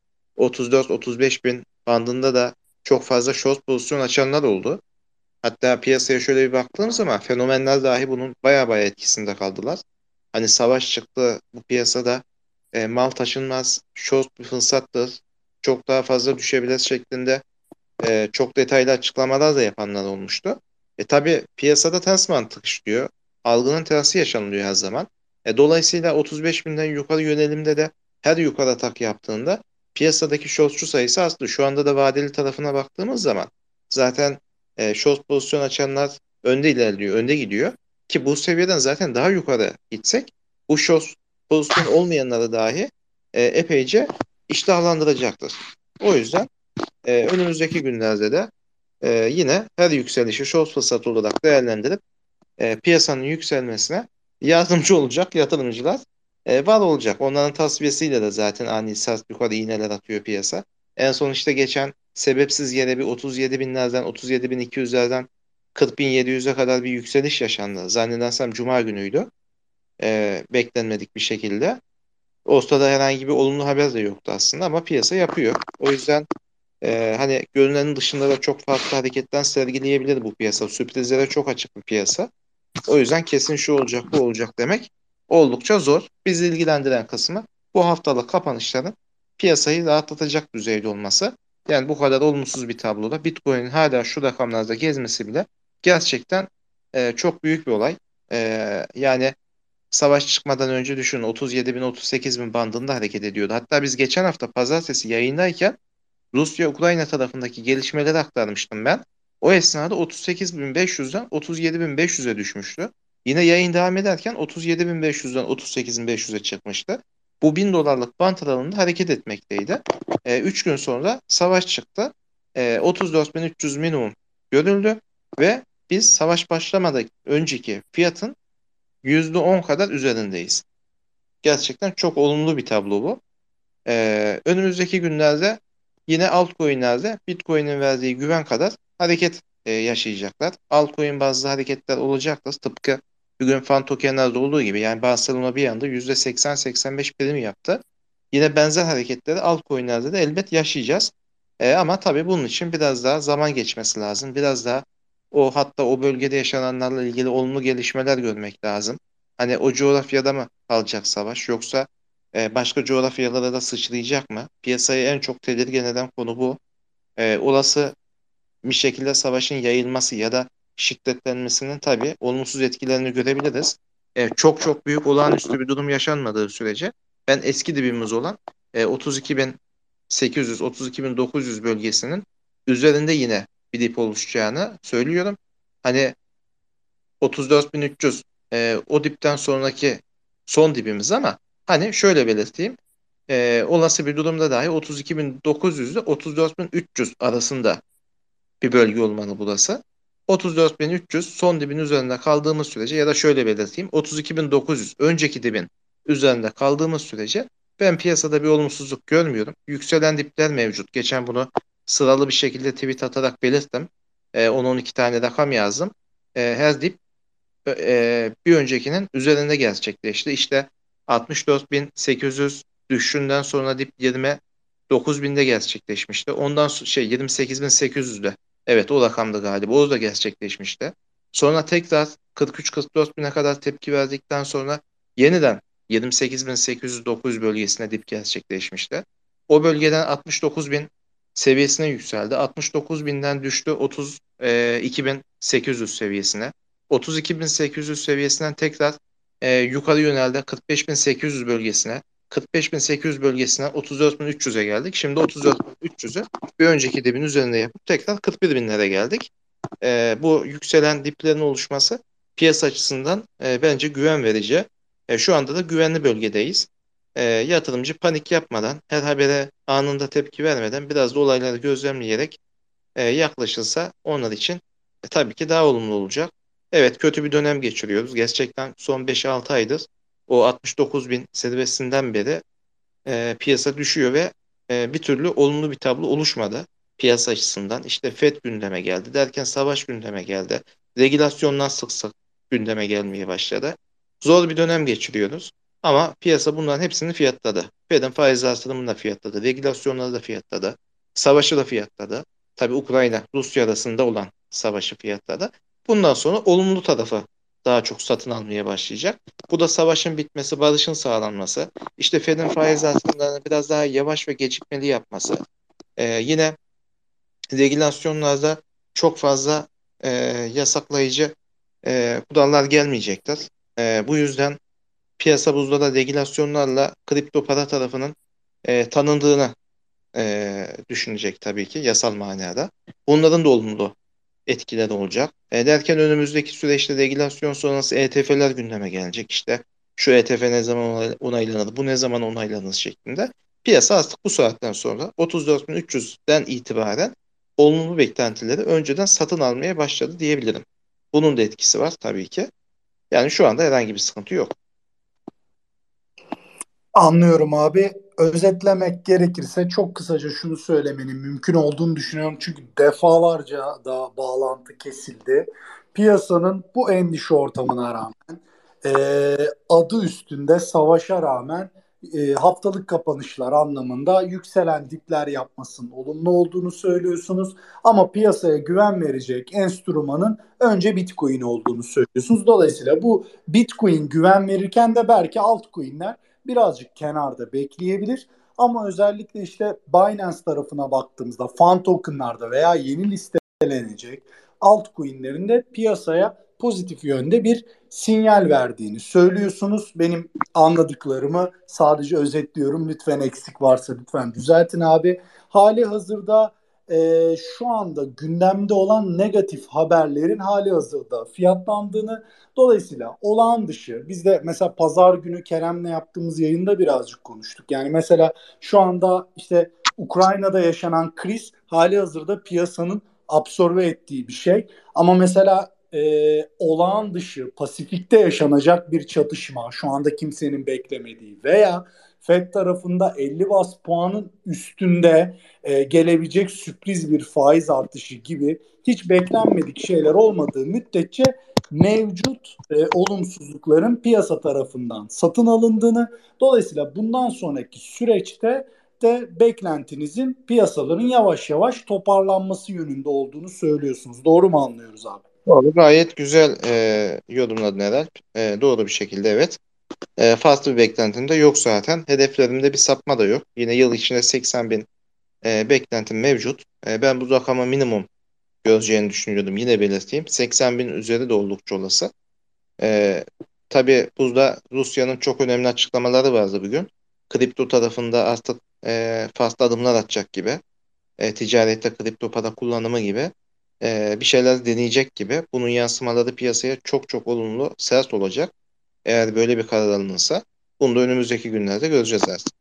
34-35 bin bandında da çok fazla short pozisyon açanlar oldu. Hatta piyasaya şöyle bir baktığım zaman fenomenler dahi bunun baya baya etkisinde kaldılar. Hani savaş çıktı bu piyasada mal taşınmaz, short bir fırsattır. Çok daha fazla düşebilir şeklinde çok detaylı açıklamalar da yapanlar olmuştu. Tabii piyasada ters mantık işliyor. Algının tersi yaşanılıyor her zaman. Dolayısıyla 35 binden yukarı yönelimde de her yukarı atak yaptığında piyasadaki shortçu sayısı arttı. Şu anda da vadeli tarafına baktığımız zaman zaten short pozisyon açanlar önde ilerliyor, önde gidiyor. Ki bu seviyeden zaten daha yukarı gitsek bu short pozisyon olmayanları dahi epeyce iştahlandıracaktır. O yüzden önümüzdeki günlerde de yine her yükselişi short fırsat olarak değerlendirip piyasanın yükselmesine yardımcı olacak yatırımcılar var olacak. Onların tasfiyesiyle de zaten ani sert yukarı iğneler atıyor piyasa. En son işte geçen sebepsiz yere bir 37 binlerden 37 bin 200'lerden 40 bin 700'e kadar bir yükseliş yaşandı. Zannedersem Cuma günüydü. Beklenmedik bir şekilde. Ortada herhangi bir olumlu haber de yoktu aslında ama piyasa yapıyor. O yüzden hani görünenin dışında da çok farklı hareketler sergileyebilir bu piyasa. Sürprizlere çok açık bir piyasa. O yüzden kesin şu olacak, bu olacak demek oldukça zor. Bizi ilgilendiren kısmı bu haftalık kapanışların piyasayı rahatlatacak düzeyde olması. Yani bu kadar olumsuz bir tabloda Bitcoin'in hala şu rakamlarda gezmesi bile gerçekten çok büyük bir olay. Yani savaş çıkmadan önce düşünün 37 bin 38 bin bandında hareket ediyordu. Hatta biz geçen hafta pazartesi yayındayken Rusya-Ukrayna tarafındaki gelişmeleri aktarmıştım ben. O esnada 38.500'den 37.500'e düşmüştü. Yine yayın devam ederken 37.500'den 38.500'e çıkmıştı. Bu 1.000 dolarlık bant aralığında hareket etmekteydi. 3 gün sonra savaş çıktı. 34.300 minimum görüldü ve biz savaş başlamadan önceki fiyatın %10 kadar üzerindeyiz. Gerçekten çok olumlu bir tablo bu. Önümüzdeki günlerde yine altcoin'lerde Bitcoin'in verdiği güven kadar hareket yaşayacaklar. Altcoin bazlı hareketler olacaktır. Tıpkı bugün fan tokenlerde olduğu gibi, yani Barcelona bir anda %80-85 prim yaptı. Yine benzer hareketleri altcoin'lerde de elbet yaşayacağız. Ama tabii bunun için biraz daha zaman geçmesi lazım. Biraz daha hatta o bölgede yaşananlarla ilgili olumlu gelişmeler görmek lazım. Hani o coğrafyada mı kalacak savaş, yoksa başka coğrafyalara da sıçrayacak mı? Piyasayı en çok tedirgin eden konu bu. Olası bir şekilde savaşın yayılması ya da şiddetlenmesinin tabii olumsuz etkilerini görebiliriz. Çok çok büyük olağanüstü bir durum yaşanmadığı sürece ben eski dibimiz olan 32.800, 32.900 bölgesinin üzerinde yine bir dip oluşacağını söylüyorum. Hani 34.300 o dipten sonraki son dibimiz, ama hani şöyle belirteyim. Olası bir durumda dahi 32.900 ile 34.300 arasında bir bölge olmalı burası. 34.300 son dibin üzerinde kaldığımız sürece, ya da şöyle belirteyim, 32.900 önceki dibin üzerinde kaldığımız sürece ben piyasada bir olumsuzluk görmüyorum. Yükselen dipler mevcut. Geçen bunu sıralı bir şekilde tweet atarak belirttim. 10-12 tane rakam yazdım. Her dip bir öncekinin üzerinde gerçekleşti. İşte 64.800 düşüşünden sonra dip 29.000'de gerçekleşmişti. Ondan 28.800'de. Evet, o rakamda galiba. O da gerçekleşmişti. Sonra tekrar 43-44 bine kadar tepki verdikten sonra yeniden 28.809 bölgesine dip gerçekleşmişti. O bölgeden 69.000 seviyesine yükseldi. 69.000'den düştü 32.800 seviyesine. 32.800 seviyesinden tekrar yukarı yöneldi 45.800 bölgesine. 45.800 bölgesinden 34.300'e geldik. Şimdi 34.300'ü bir önceki dibin üzerinde yapıp tekrar 41.000'lere geldik. Bu yükselen diplerin oluşması piyasa açısından bence güven verici. Şu anda da güvenli bölgedeyiz. Yatırımcı panik yapmadan, her habere anında tepki vermeden biraz da olayları gözlemleyerek yaklaşılsa onlar için tabii ki daha olumlu olacak. Evet, kötü bir dönem geçiriyoruz. Gerçekten son 5-6 aydır o 69.000 zirvesinden beri piyasa düşüyor ve bir türlü olumlu bir tablo oluşmadı piyasa açısından. İşte FED gündeme geldi derken savaş gündeme geldi. Regülasyonlar sık sık gündeme gelmeye başladı. Zor bir dönem geçiriyoruz. Ama piyasa bunların hepsini fiyatladı. FED'in faiz artırımını da fiyatladı. Regülasyonları da fiyatladı. Savaşı da fiyatladı. Tabii Ukrayna, Rusya arasında olan savaşı fiyatladı. Bundan sonra olumlu tarafı daha çok satın almaya başlayacak. Bu da savaşın bitmesi, barışın sağlanması, işte Fed'in faiz artırımlarını biraz daha yavaş ve gecikmeli yapması, yine regülasyonlarda çok fazla yasaklayıcı kurallar gelmeyecektir. Bu yüzden piyasa buzda regülasyonlarla kripto para tarafının tanındığını düşünecek tabii ki yasal manada. Bunların da olumlu etkileri olacak. Derken önümüzdeki süreçte regülasyon sonrası ETF'ler gündeme gelecek. İşte şu ETF ne zaman onaylanır, bu ne zaman onaylanır şeklinde. Piyasa artık bu saatten sonra 34.300'den itibaren olumlu beklentileri önceden satın almaya başladı diyebilirim. Bunun da etkisi var tabii ki. Yani şu anda herhangi bir sıkıntı yok. Anlıyorum abi. Özetlemek gerekirse çok kısaca şunu söylemenin mümkün olduğunu düşünüyorum. Çünkü defalarca da bağlantı kesildi. Piyasanın bu endişe ortamına rağmen adı üstünde savaşa rağmen haftalık kapanışlar anlamında yükselen dipler yapmasının olumlu olduğunu söylüyorsunuz. Ama piyasaya güven verecek enstrümanın önce Bitcoin olduğunu söylüyorsunuz. Dolayısıyla bu Bitcoin güven verirken de belki altcoin'ler birazcık kenarda bekleyebilir. Ama özellikle işte Binance tarafına baktığımızda fan tokenlarda veya yeni listelenecek altcoin'lerin de piyasaya pozitif yönde bir sinyal verdiğini söylüyorsunuz. Benim anladıklarımı sadece özetliyorum. Lütfen eksik varsa lütfen düzeltin abi. Hali hazırda şu anda gündemde olan negatif haberlerin hali hazırda fiyatlandığını, dolayısıyla olağan dışı, biz de mesela pazar günü Kerem'le yaptığımız yayında birazcık konuştuk. Yani mesela şu anda işte Ukrayna'da yaşanan kriz hali hazırda piyasanın absorbe ettiği bir şey. Ama mesela olağan dışı Pasifik'te yaşanacak bir çatışma, şu anda kimsenin beklemediği veya Fed tarafında 50 bas puanın üstünde gelebilecek sürpriz bir faiz artışı gibi hiç beklenmedik şeyler olmadığı müddetçe mevcut olumsuzlukların piyasa tarafından satın alındığını, dolayısıyla bundan sonraki süreçte de beklentinizin piyasaların yavaş yavaş toparlanması yönünde olduğunu söylüyorsunuz. Doğru mu anlıyoruz abi? Doğru, gayet güzel yorumladın Erel. Doğru bir şekilde, evet. Fazla bir beklentim de yok zaten. Hedeflerimde bir sapma da yok. Yine yıl içinde 80 bin beklentim mevcut. Ben bu rakama minimum göreceğini düşünüyordum. Yine belirteyim. 80 bin üzeri de oldukça olası. Tabii burada Rusya'nın çok önemli açıklamaları vardı bugün. Kripto tarafında artık farklı adımlar atacak gibi. Ticarette kripto para kullanımı gibi bir şeyler deneyecek gibi. Bunun yansımaları piyasaya çok çok olumlu, sert olacak. Eğer böyle bir karar alınırsa. Bunu da önümüzdeki günlerde göreceğiz artık.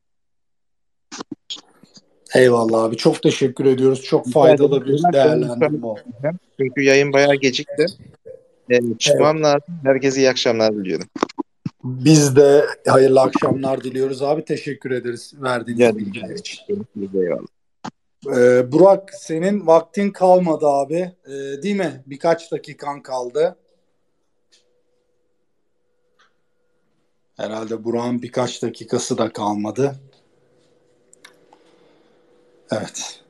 Eyvallah abi. Çok teşekkür ediyoruz. Çok Rica ederim. faydalı bir değerlendirme oldu. Çünkü yayın bayağı gecikti. Evet. Çıkmam lazım. Herkese iyi akşamlar diliyorum. Biz de hayırlı akşamlar diliyoruz abi. Teşekkür ederiz verdiğiniz Rica bilgiler için. ederim. Eyvallah. Burak, senin vaktin kalmadı abi. Değil mi? Birkaç dakikan kaldı. Herhalde Burak'ın birkaç dakikası da kalmadı. Evet.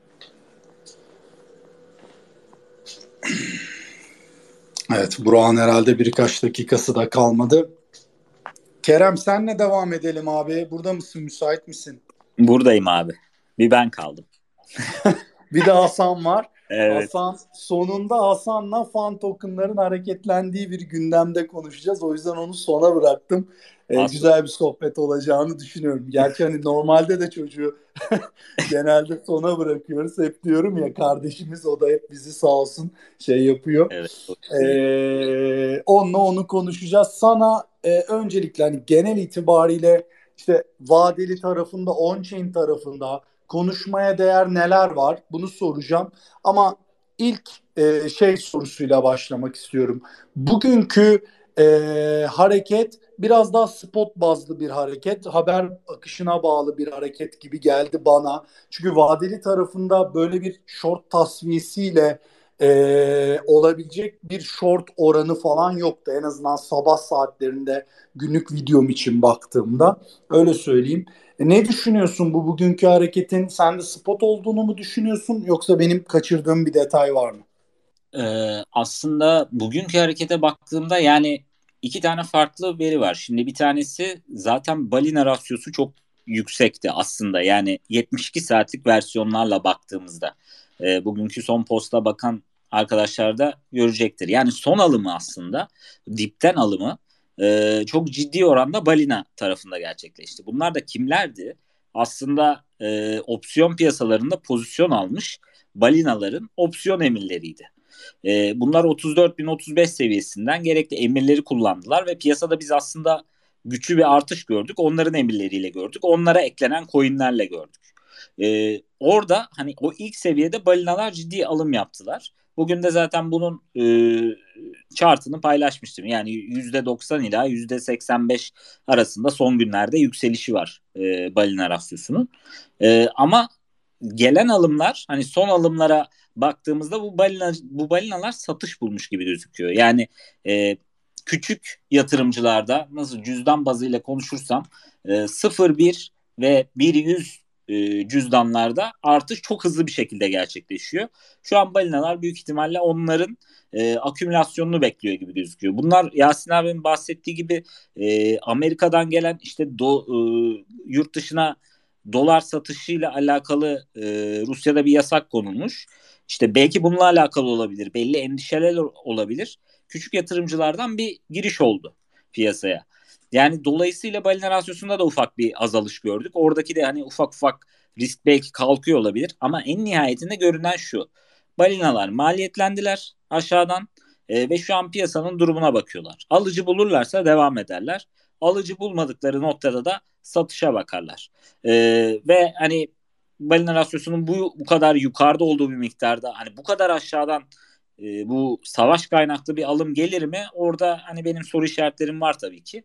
Evet, Burak'ın herhalde birkaç dakikası da kalmadı. Kerem, senle devam edelim abi. Burada mısın? Müsait misin? Buradayım abi. Bir ben kaldım. Bir de Hasan var. Evet. Hasan, sonunda Hasan'la fan tokenların hareketlendiği bir gündemde konuşacağız. O yüzden onu sona bıraktım. Güzel bir sohbet olacağını düşünüyorum. Gerçi hani normalde de çocuğu genelde sona bırakıyoruz. Hep diyorum ya, kardeşimiz, o da hep bizi sağ olsun şey yapıyor. Evet. Onunla onu konuşacağız. Sana öncelikle hani genel itibariyle işte vadeli tarafında, on-chain tarafında konuşmaya değer neler var? Bunu soracağım. Ama ilk şey sorusuyla başlamak istiyorum. Bugünkü hareket biraz daha spot bazlı bir hareket. Haber akışına bağlı bir hareket gibi geldi bana. Çünkü vadeli tarafında böyle bir short tasfiyesiyle olabilecek bir short oranı falan yoktu. En azından sabah saatlerinde günlük videom için baktığımda. Öyle söyleyeyim. Ne düşünüyorsun bu bugünkü hareketin? Sen de spot olduğunu mu düşünüyorsun, yoksa benim kaçırdığım bir detay var mı? Aslında bugünkü harekete baktığımda yani iki tane farklı veri var. Şimdi bir tanesi zaten balina rasyosu çok yüksekti aslında. Yani 72 saatlik versiyonlarla baktığımızda bugünkü son posta bakan arkadaşlar da görecektir. Yani son alımı aslında dipten alımı çok ciddi oranda balina tarafında gerçekleşti. Bunlar da kimlerdi? Aslında opsiyon piyasalarında pozisyon almış balinaların opsiyon emirleriydi. Bunlar 34.035 seviyesinden gerekli emirleri kullandılar ve piyasada biz aslında güçlü bir artış gördük. Onların emirleriyle gördük. Onlara eklenen coinlerle gördük. Orada hani o ilk seviyede balinalar ciddi alım yaptılar. Bugün de zaten bunun chartını paylaşmıştım. Yani %90 ila %85 arasında son günlerde yükselişi var balina rasyosunun. Ama gelen alımlar, hani son alımlara baktığımızda bu balinalar satış bulmuş gibi gözüküyor. Yani küçük yatırımcılarda, nasıl cüzdan bazıyla konuşursam 0,1 ve 1,100 cüzdanlarda artış çok hızlı bir şekilde gerçekleşiyor. Şu an balinalar büyük ihtimalle onların akümülasyonunu bekliyor gibi gözüküyor. Bunlar Yasin abinin bahsettiği gibi Amerika'dan gelen işte yurt dışına dolar satışıyla alakalı Rusya'da bir yasak konulmuş. İşte belki bununla alakalı olabilir. Belli endişeler olabilir. küçük yatırımcılardan bir giriş oldu piyasaya. Yani dolayısıyla balina rasyosunda da ufak bir azalış gördük. Oradaki de hani ufak ufak risk belki kalkıyor olabilir ama en nihayetinde görünen şu. Balinalar maliyetlendiler aşağıdan ve şu an piyasanın durumuna bakıyorlar. Alıcı bulurlarsa devam ederler. Alıcı bulmadıkları noktada da satışa bakarlar. Ve hani balina rasyosunun bu kadar yukarıda olduğu bir miktarda hani bu kadar aşağıdan bu savaş kaynaklı bir alım gelir mi? Orada hani benim soru işaretlerim var tabii ki.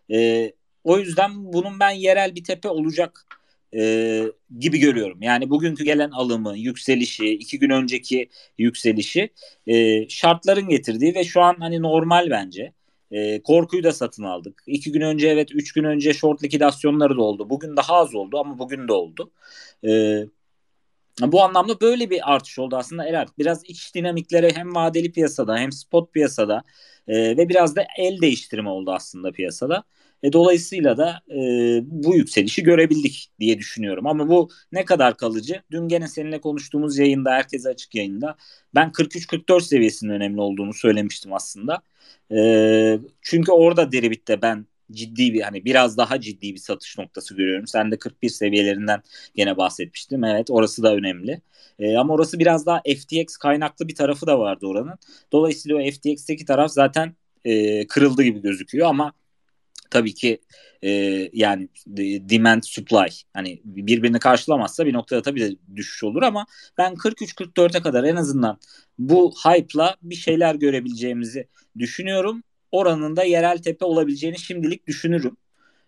O yüzden bunun ben yerel bir tepe olacak gibi görüyorum. Yani bugünkü gelen alımı, yükselişi, 2 gün önceki yükselişi şartların getirdiği ve şu an hani normal bence. Korkuyu da satın aldık. 2 gün önce evet 3 gün önce short likidasyonları da oldu. Bugün daha az oldu ama bugün de oldu. E, Bu anlamda böyle bir artış oldu aslında Eren. Biraz iç dinamiklere hem vadeli piyasada hem spot piyasada ve biraz da el değiştirme oldu aslında piyasada. Dolayısıyla da bu yükselişi görebildik diye düşünüyorum. Ama bu ne kadar kalıcı? Dün gene seninle konuştuğumuz yayında, herkese açık yayında ben 43-44 seviyesinin önemli olduğunu söylemiştim aslında. Çünkü orada Deribit'te ben ciddi bir hani biraz daha ciddi bir satış noktası görüyorum. Sen de 41 seviyelerinden gene bahsetmiştim. Evet orası da önemli. Ama orası biraz daha FTX kaynaklı bir tarafı da vardı oranın. Dolayısıyla o FTX'teki taraf zaten kırıldı gibi gözüküyor ama tabii ki e, yani demand supply hani birbirini karşılamazsa bir noktada tabii de düşüş olur ama ben 43-44'e kadar en azından bu hype'la bir şeyler görebileceğimizi düşünüyorum. Oranın da yerel tepe olabileceğini şimdilik düşünürüm.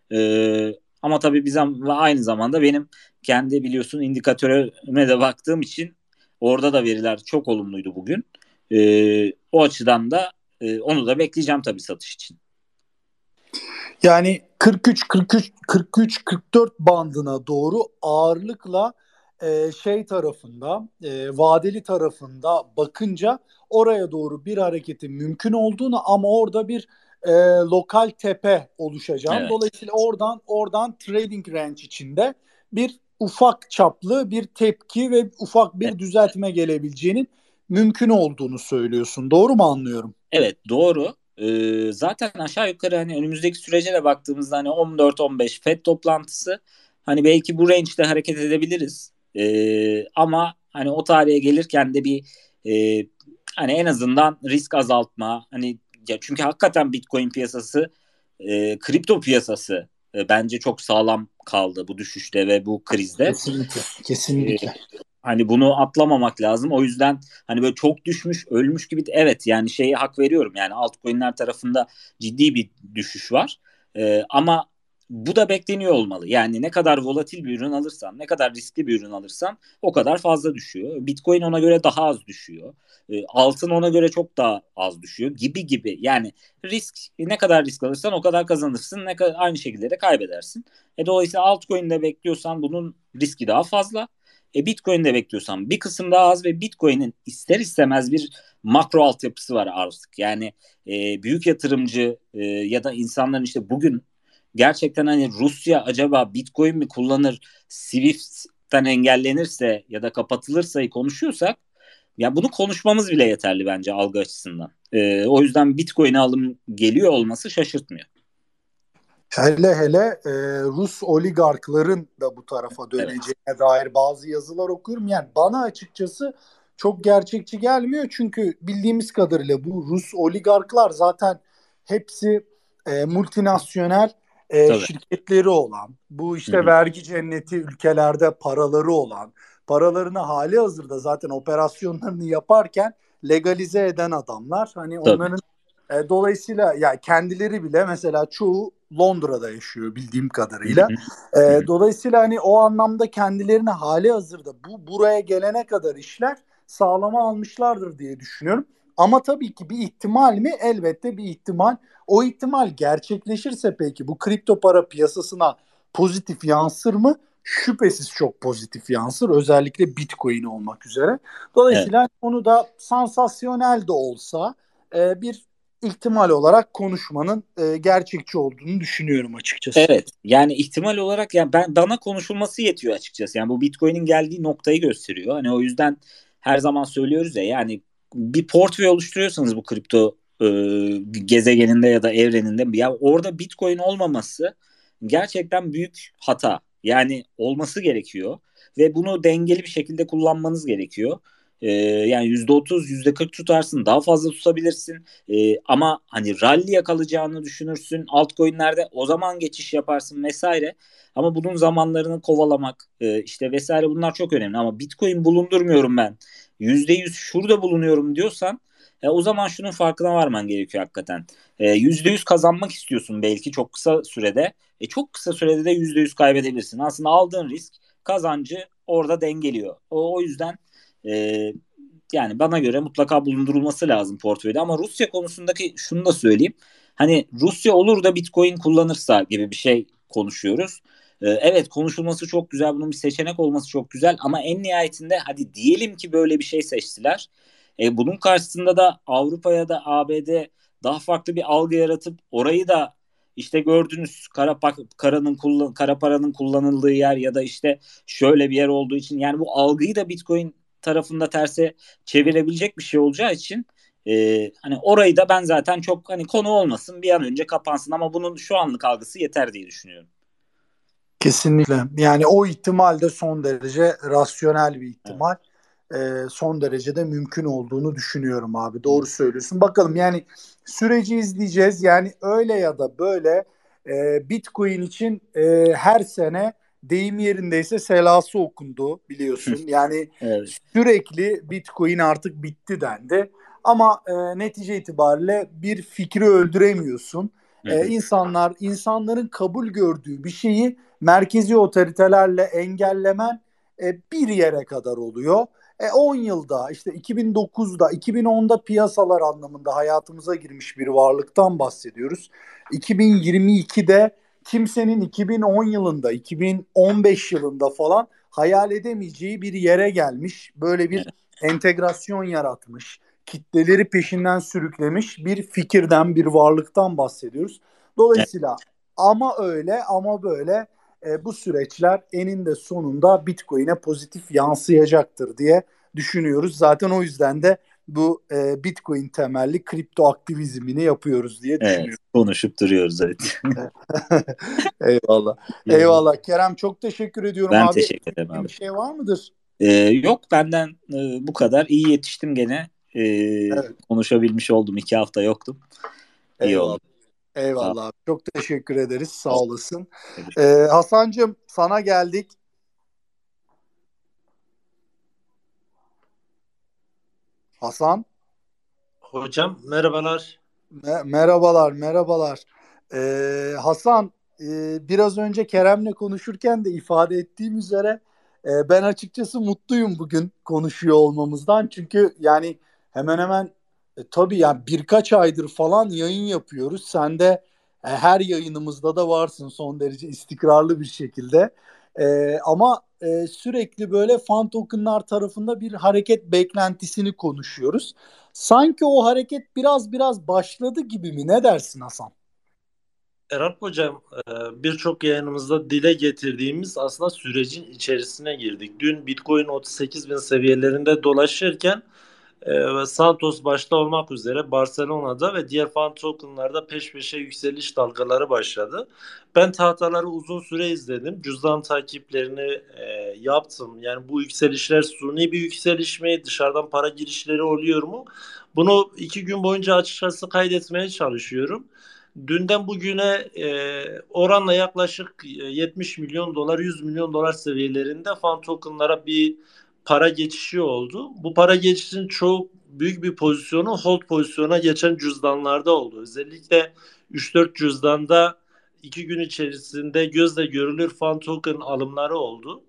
Ama tabii aynı zamanda benim kendi biliyorsun indikatörüme de baktığım için orada da veriler çok olumluydu bugün. O açıdan da onu da bekleyeceğim tabii satış için. Yani 43-44 bandına doğru ağırlıkla şey tarafında, vadeli tarafında bakınca oraya doğru bir hareketin mümkün olduğunu ama orada bir lokal tepe oluşacağını. Evet. Dolayısıyla oradan trading range içinde bir ufak çaplı bir tepki ve ufak bir düzeltme gelebileceğinin mümkün olduğunu söylüyorsun. Doğru mu anlıyorum? Evet doğru. Zaten aşağı yukarı hani önümüzdeki sürece de baktığımızda hani 14-15 FED toplantısı hani belki bu range'de hareket edebiliriz. Ama hani o tarihe gelirken de bir e, hani en azından risk azaltma hani ya çünkü hakikaten Bitcoin piyasası kripto piyasası bence çok sağlam kaldı bu düşüşte ve bu krizde. Kesinlikle. E, Kesinlikle. Hani bunu atlamamak lazım. O yüzden hani böyle çok düşmüş, ölmüş gibi evet yani şeye hak veriyorum. Yani altcoin'ler tarafında ciddi bir düşüş var. Ama bu da bekleniyor olmalı. Yani ne kadar volatil bir ürün alırsan, ne kadar riskli bir ürün alırsan o kadar fazla düşüyor. Bitcoin ona göre daha az düşüyor. Altın ona göre çok daha az düşüyor gibi gibi. Yani ne kadar risk alırsan o kadar kazanırsın. Ne kadar aynı şekilde de kaybedersin. Dolayısıyla altcoin'de bekliyorsan bunun riski daha fazla. Bitcoin'de bekliyorsan bir kısım daha az ve Bitcoin'in ister istemez bir makro altyapısı var artık. Yani büyük yatırımcı ya da insanların işte bugün gerçekten hani Rusya acaba Bitcoin mi kullanır, Swift'ten engellenirse ya da kapatılırsa konuşuyorsak ya bunu konuşmamız bile yeterli bence algı açısından. O yüzden Bitcoin'e alım geliyor olması şaşırtmıyor. Hele hele Rus oligarkların da bu tarafa döneceğine dair bazı yazılar okuyorum. Yani bana açıkçası çok gerçekçi gelmiyor. Çünkü bildiğimiz kadarıyla bu Rus oligarklar zaten hepsi multinasyonel Tabii. şirketleri olan, bu işte vergi cenneti ülkelerde paraları olan, paralarını hali hazırda zaten operasyonlarını yaparken legalize eden adamlar. Hani onların dolayısıyla ya kendileri bile mesela çoğu Londra'da yaşıyor bildiğim kadarıyla. Dolayısıyla hani o anlamda kendilerini hali hazırda buraya gelene kadar işler sağlama almışlardır diye düşünüyorum. Ama tabii ki bir ihtimal mi? Elbette bir ihtimal. O ihtimal gerçekleşirse peki bu kripto para piyasasına pozitif yansır mı? Şüphesiz çok pozitif yansır. Özellikle Bitcoin olmak üzere. Dolayısıyla onu da sansasyonel de olsa bir ihtimal olarak konuşmanın gerçekçi olduğunu düşünüyorum açıkçası. Evet. Yani ihtimal olarak yani bana konuşulması yetiyor açıkçası. Yani bu Bitcoin'in geldiği noktayı gösteriyor. Hani o yüzden her zaman söylüyoruz ya yani bir portföy oluşturuyorsanız bu kripto gezegeninde ya da evreninde. Ya orada Bitcoin olmaması gerçekten büyük hata. Yani olması gerekiyor ve bunu dengeli bir şekilde kullanmanız gerekiyor. Yani %30, %40 tutarsın, daha fazla tutabilirsin. Ama hani rally yakalacağını düşünürsün. Altcoin'lerde o zaman geçiş yaparsın vesaire. Ama bunun zamanlarını kovalamak işte vesaire bunlar çok önemli. Ama Bitcoin bulundurmuyorum ben. %100 şurada bulunuyorum diyorsan o zaman şunun farkına varman gerekiyor hakikaten. %100 kazanmak istiyorsun belki çok kısa sürede. Çok kısa sürede de %100 kaybedebilirsin. Aslında aldığın risk kazancı orada dengeliyor. O yüzden e, yani bana göre mutlaka bulundurulması lazım portföyde. Ama Rusya konusundaki şunu da söyleyeyim. Hani Rusya olur da Bitcoin kullanırsa gibi bir şey konuşuyoruz. Evet konuşulması çok güzel. Bunun bir seçenek olması çok güzel. Ama en nihayetinde hadi diyelim ki böyle bir şey seçtiler. Bunun karşısında da Avrupa ya da ABD daha farklı bir algı yaratıp orayı da işte gördünüz kara paranın kullanıldığı yer ya da işte şöyle bir yer olduğu için yani bu algıyı da Bitcoin tarafında terse çevirebilecek bir şey olacağı için hani orayı da ben zaten çok hani konu olmasın bir an önce kapansın ama bunun şu anlık algısı yeter diye düşünüyorum. Kesinlikle. Yani o ihtimal de son derece rasyonel bir ihtimal. Evet. Son derece de mümkün olduğunu düşünüyorum abi. Doğru söylüyorsun. Bakalım yani süreci izleyeceğiz. Yani öyle ya da böyle Bitcoin için her sene deyim yerindeyse selası okundu biliyorsun. Yani Evet. sürekli Bitcoin artık bitti dendi. Ama netice itibariyle bir fikri öldüremiyorsun. İnsanların kabul gördüğü bir şeyi merkezi otoritelerle engellemen bir yere kadar oluyor. 10 yılda işte 2009'da 2010'da piyasalar anlamında hayatımıza girmiş bir varlıktan bahsediyoruz. 2022'de kimsenin 2010 yılında 2015 yılında falan hayal edemeyeceği bir yere gelmiş. Böyle bir entegrasyon yaratmış. Kitleleri peşinden sürüklemiş bir fikirden, bir varlıktan bahsediyoruz. Dolayısıyla ama öyle ama böyle bu süreçler eninde sonunda Bitcoin'e pozitif yansıyacaktır diye düşünüyoruz. Zaten o yüzden de bu Bitcoin temelli kripto aktivizmini yapıyoruz diye Evet, düşünüyorum. konuşup duruyoruz evet. Eyvallah. Eyvallah. Kerem çok teşekkür ediyorum Ben abi. teşekkür ederim abi. Bir şey var mıdır? Yok benden bu kadar. İyi yetiştim gene. Evet. Konuşabilmiş oldum. 2 hafta yoktum. İyi Eyvallah. oldu. Sağ Eyvallah. Çok teşekkür ederiz. Sağ ol. olasın. Hasancığım sana geldik. Hasan. Hocam merhabalar. Merhabalar, merhabalar. Hasan, biraz önce Kerem'le konuşurken de ifade ettiğim üzere ben açıkçası mutluyum bugün konuşuyor olmamızdan. Çünkü yani hemen hemen tabii yani birkaç aydır falan yayın yapıyoruz. Sen de her yayınımızda da varsın son derece istikrarlı bir şekilde. Ama sürekli böyle fan tokenlar tarafında bir hareket beklentisini konuşuyoruz. Sanki o hareket biraz başladı gibi mi? Ne dersin Hasan? Erap Hocam, birçok yayınımızda dile getirdiğimiz aslında sürecin içerisine girdik. Dün Bitcoin 38 bin seviyelerinde dolaşırken ve Santos başta olmak üzere Barcelona'da ve diğer fan tokenlarda peş peşe yükseliş dalgaları başladı. Ben tahtaları uzun süre izledim. Cüzdan takiplerini yaptım. Yani bu yükselişler suni bir yükseliş mi? Dışarıdan para girişleri oluyor mu? Bunu 2 gün boyunca açıkçası kaydetmeye çalışıyorum. Dünden bugüne oranla yaklaşık 70 milyon dolar, 100 milyon dolar seviyelerinde fan tokenlara bir para geçişi oldu. Bu para geçişinin çok büyük bir pozisyonu hold pozisyona geçen cüzdanlarda oldu. Özellikle 3-4 cüzdanda 2 gün içerisinde gözle görülür fan token alımları oldu.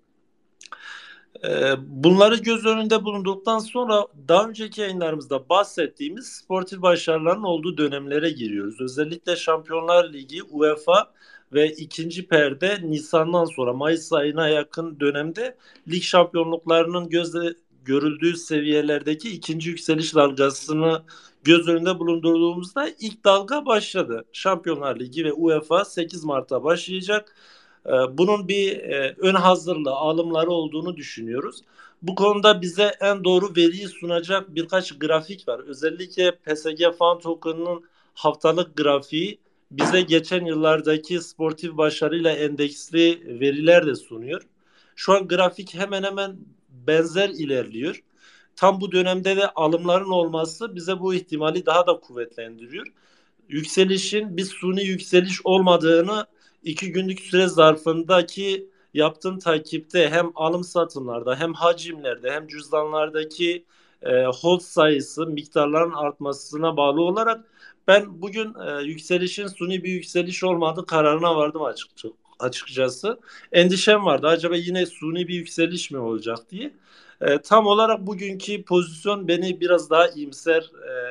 Bunları göz önünde bulunduktan sonra daha önceki yayınlarımızda bahsettiğimiz sportif başarıların olduğu dönemlere giriyoruz. Özellikle Şampiyonlar Ligi, UEFA ve ikinci perde Nisan'dan sonra Mayıs ayına yakın dönemde lig şampiyonluklarının gözle görüldüğü seviyelerdeki ikinci yükseliş dalgasını göz önünde bulundurduğumuzda ilk dalga başladı. Şampiyonlar Ligi ve UEFA 8 Mart'ta başlayacak. Bunun bir ön hazırlığı, alımları olduğunu düşünüyoruz. Bu konuda bize en doğru veriyi sunacak birkaç grafik var. Özellikle PSG Fan Token'ın haftalık grafiği bize geçen yıllardaki sportif başarıyla endeksli veriler de sunuyor. Şu an grafik hemen hemen benzer ilerliyor. Tam bu dönemde de alımların olması bize bu ihtimali daha da kuvvetlendiriyor. Yükselişin bir suni yükseliş olmadığını 2 günlük süre zarfındaki yaptığım takipte hem alım satımlarda hem hacimlerde hem cüzdanlardaki hold sayısı miktarların artmasına bağlı olarak ben bugün yükselişin suni bir yükseliş olmadığı kararına vardım açıkçası. Endişem vardı. Acaba yine suni bir yükseliş mi olacak diye. Tam olarak bugünkü pozisyon beni biraz daha iyimser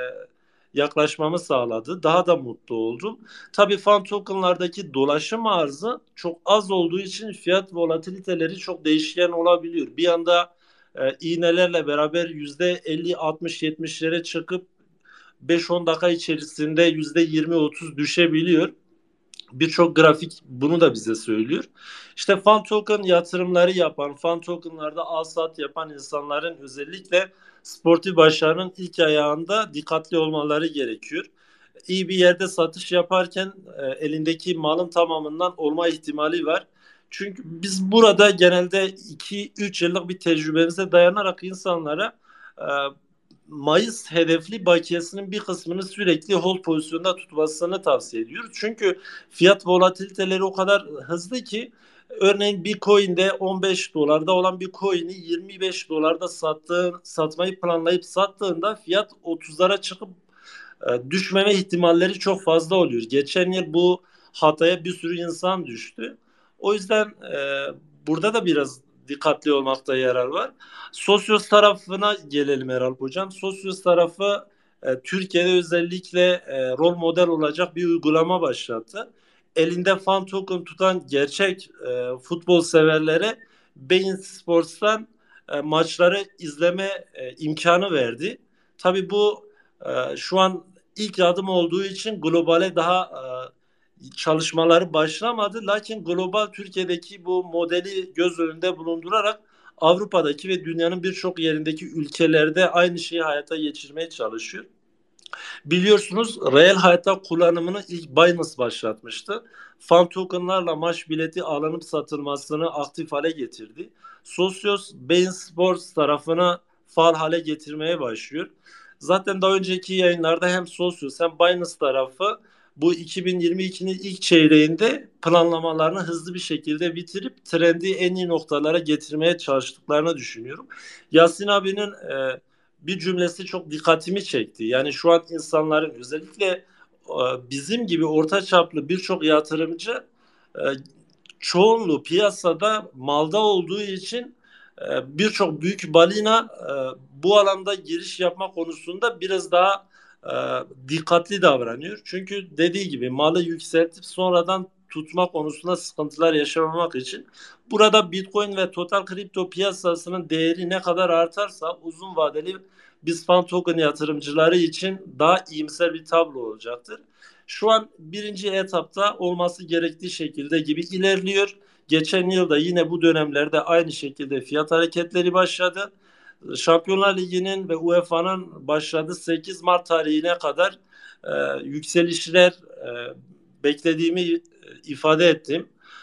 yaklaşmamı sağladı. Daha da mutlu oldum. Tabii fan tokenlardaki dolaşım arzı çok az olduğu için fiyat volatiliteleri çok değişken olabiliyor. Bir anda iğnelerle beraber %50, 60, 70'lere çıkıp 5-10 dakika içerisinde %20-30 düşebiliyor. Birçok grafik bunu da bize söylüyor. İşte fan token yatırımları yapan, fan tokenlarda al sat yapan insanların özellikle sportif başarının ilk ayağında dikkatli olmaları gerekiyor. İyi bir yerde satış yaparken elindeki malın tamamından olma ihtimali var. Çünkü biz burada genelde 2-3 yıllık bir tecrübemize dayanarak insanlara e, Mayıs hedefli bakiyesinin bir kısmını sürekli hold pozisyonda tutmasını tavsiye ediyoruz. Çünkü fiyat volatiliteleri o kadar hızlı ki örneğin bir coin'de 15 dolarda olan bir coin'i 25 dolarda satmayı planlayıp sattığında fiyat 30'lara çıkıp düşmeme ihtimalleri çok fazla oluyor. Geçen yıl bu hataya bir sürü insan düştü. O yüzden burada da biraz dikkatli olmakta yarar var. Sosyos tarafına gelelim Eralp Hocam. Sosyos tarafı Türkiye'de özellikle rol model olacak bir uygulama başlattı. Elinde fan token tutan gerçek futbol severlere Bein Sports'tan maçları izleme imkanı verdi. Tabii bu şu an ilk adım olduğu için globale daha çalışmaları başlamadı. Lakin global Türkiye'deki bu modeli göz önünde bulundurarak Avrupa'daki ve dünyanın birçok yerindeki ülkelerde aynı şeyi hayata geçirmeye çalışıyor. Biliyorsunuz reel hayatta kullanımını ilk Binance başlatmıştı. Fan tokenlarla maç bileti alınıp satılmasını aktif hale getirdi. Sosyos Bein Sports tarafına faal hale getirmeye başlıyor. Zaten daha önceki yayınlarda hem Sosyos hem Binance tarafı bu 2022'nin ilk çeyreğinde planlamalarını hızlı bir şekilde bitirip trendi en iyi noktalara getirmeye çalıştıklarını düşünüyorum. Yasin abinin bir cümlesi çok dikkatimi çekti. Yani şu an insanların özellikle bizim gibi orta çaplı birçok yatırımcı e, çoğunluğu piyasada malda olduğu için birçok büyük balina bu alanda giriş yapma konusunda biraz daha e, dikkatli davranıyor. Çünkü dediği gibi malı yükseltip sonradan tutma konusunda sıkıntılar yaşamamak için burada Bitcoin ve total kripto piyasasının değeri ne kadar artarsa uzun vadeli biz fan token yatırımcıları için daha iyimser bir tablo olacaktır. Şu an birinci etapta olması gerektiği şekilde gibi ilerliyor. Geçen yılda yine bu dönemlerde aynı şekilde fiyat hareketleri başladı. Şampiyonlar Ligi'nin ve UEFA'nın başladığı 8 Mart tarihine kadar yükselişler beklediğimi ifade ettim.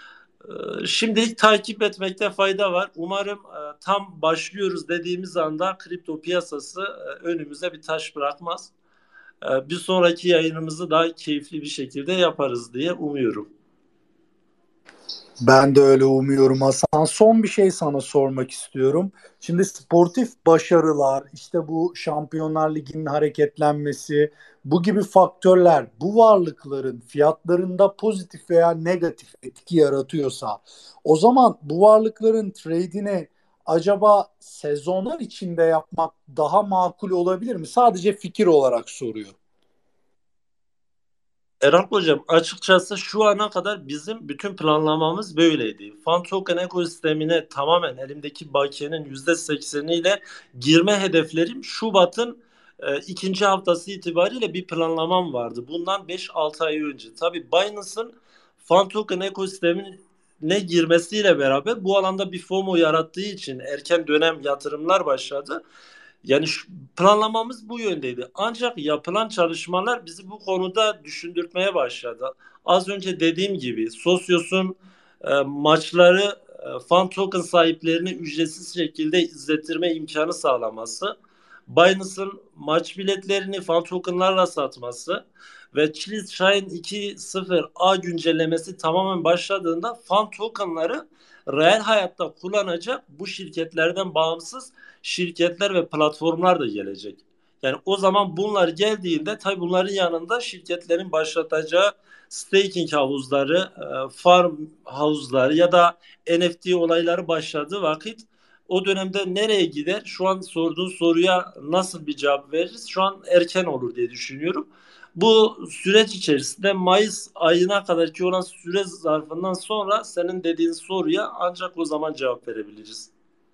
Şimdilik takip etmekte fayda var. Umarım tam başlıyoruz dediğimiz anda kripto piyasası önümüze bir taş bırakmaz. Bir sonraki yayınımızı daha keyifli bir şekilde yaparız diye umuyorum. Ben de öyle umuyorum Hasan. Son bir şey sana sormak istiyorum. Şimdi sportif başarılar, işte bu Şampiyonlar Ligi'nin hareketlenmesi, bu gibi faktörler bu varlıkların fiyatlarında pozitif veya negatif etki yaratıyorsa, o zaman bu varlıkların trade'ini acaba sezonlar içinde yapmak daha makul olabilir mi? Sadece fikir olarak soruyorum. Erhan Hocam açıkçası şu ana kadar bizim bütün planlamamız böyleydi. Fan token ekosistemine tamamen elimdeki bakiyenin %80'iyle girme hedeflerim Şubat'ın ikinci haftası itibariyle bir planlamam vardı. Bundan 5-6 ay önce. Tabii Binance'ın fan token ekosistemin ne girmesiyle beraber bu alanda bir FOMO yarattığı için erken dönem yatırımlar başladı. Yani planlamamız bu yöndeydi. Ancak yapılan çalışmalar bizi bu konuda düşündürtmeye başladı. Az önce dediğim gibi Sosyos'un maçları fan token sahiplerine ücretsiz şekilde izlettirme imkanı sağlaması, Binance'ın maç biletlerini fan tokenlarla satması ve Chiliz Shine 2.0 A güncellemesi tamamen başladığında fan tokenları reel hayatta kullanacak bu şirketlerden bağımsız şirketler ve platformlar da gelecek. Yani o zaman bunlar geldiğinde tabii bunların yanında şirketlerin başlatacağı staking havuzları, farm havuzları ya da NFT olayları başladığı vakit o dönemde nereye gider? Şu an sorduğun soruya nasıl bir cevap veririz? Şu an erken olur diye düşünüyorum. Bu süreç içerisinde Mayıs ayına kadarki olan süre zarfından sonra senin dediğin soruya ancak o zaman cevap verebiliriz.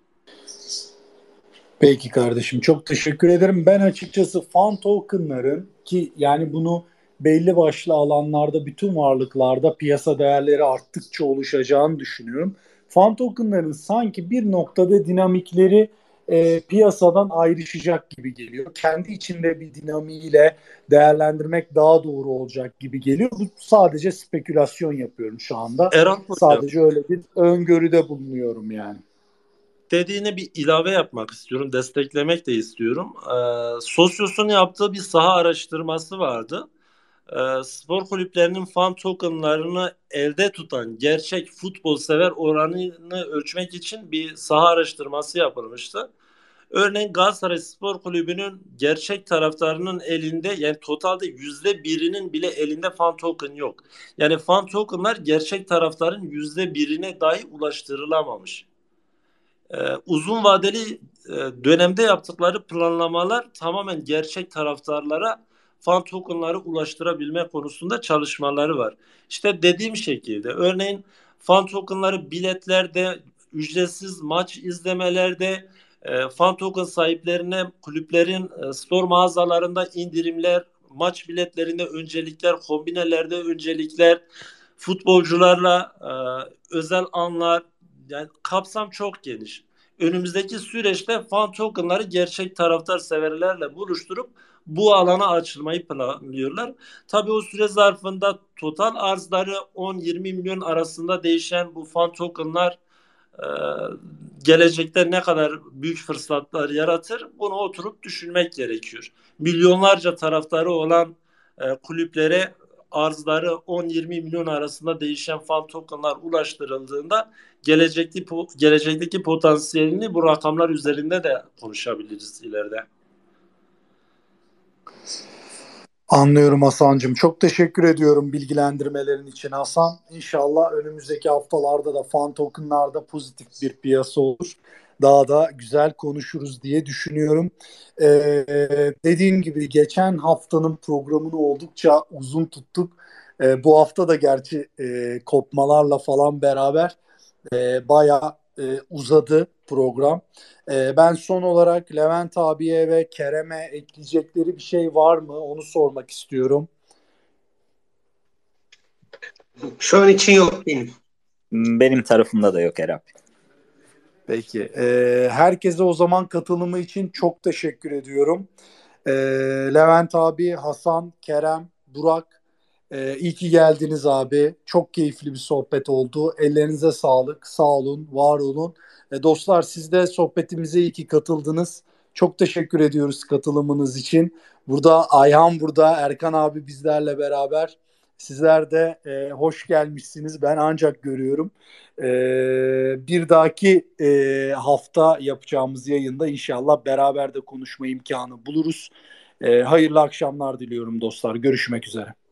Peki kardeşim, çok teşekkür ederim. Ben açıkçası fan tokenların, ki yani bunu belli başlı alanlarda, bütün varlıklarda piyasa değerleri arttıkça oluşacağını düşünüyorum. Fan tokenların sanki bir noktada dinamikleri piyasadan ayrışacak gibi geliyor. Kendi içinde bir dinamiğiyle değerlendirmek daha doğru olacak gibi geliyor. Bu sadece spekülasyon yapıyorum şu anda. Erhan Hocam, Sadece öyle bir öngörüde bulunuyorum yani. dediğine bir ilave yapmak istiyorum. Desteklemek de istiyorum. Sosyos'un yaptığı bir saha araştırması vardı. Spor kulüplerinin fan tokenlarını elde tutan gerçek futbol sever oranını ölçmek için bir saha araştırması yapılmıştı. Örneğin Galatasaray Spor Kulübü'nün gerçek taraftarının elinde, yani totalde %1'inin bile elinde fan token yok. Yani fan tokenlar gerçek taraftarın %1'ine dahi ulaştırılamamış. Uzun vadeli dönemde yaptıkları planlamalar tamamen gerçek taraftarlara fan tokenları ulaştırabilme konusunda çalışmaları var. İşte dediğim şekilde örneğin fan tokenları biletlerde, ücretsiz maç izlemelerde, fan token sahiplerine kulüplerin store mağazalarında indirimler, maç biletlerinde öncelikler, kombinelerde öncelikler, futbolcularla özel anlar, yani kapsam çok geniş. Önümüzdeki süreçte fan tokenları gerçek taraftar severlerle buluşturup bu alana açılmayı planlıyorlar. Tabii o süre zarfında total arzları 10-20 milyon arasında değişen bu fan tokenlar e, gelecekte ne kadar büyük fırsatlar yaratır, bunu oturup düşünmek gerekiyor. Milyonlarca taraftarı olan kulüplere arzları 10-20 milyon arasında değişen fan tokenlar ulaştırıldığında gelecekteki potansiyelini bu rakamlar üzerinde de konuşabiliriz ileride. Anlıyorum Hasan'cığım. Çok teşekkür ediyorum bilgilendirmelerin için Hasan. İnşallah önümüzdeki haftalarda da fan tokenlarda pozitif bir piyasa olur. Daha da güzel konuşuruz diye düşünüyorum. Dediğim gibi geçen haftanın programını oldukça uzun tuttuk. Bu hafta da gerçi kopmalarla falan beraber bayağı uzadı program. Ben son olarak Levent abiye ve Kerem'e ekleyecekleri bir şey var mı? Onu sormak istiyorum. Şu an için yok benim. Benim tarafımda da yok Erap. Peki. Herkese o zaman katılımı için çok teşekkür ediyorum. Levent abi, Hasan, Kerem, Burak, iyi ki geldiniz abi. Çok keyifli bir sohbet oldu. Ellerinize sağlık. Sağ olun, var olun. Dostlar, siz de sohbetimize iyi ki katıldınız. Çok teşekkür ediyoruz katılımınız için. Burada Ayhan, burada Erkan abi bizlerle beraber. Sizler de hoş gelmişsiniz. Ben ancak görüyorum. Bir dahaki hafta yapacağımız yayında inşallah beraber de konuşma imkanı buluruz. Hayırlı akşamlar diliyorum dostlar. Görüşmek üzere.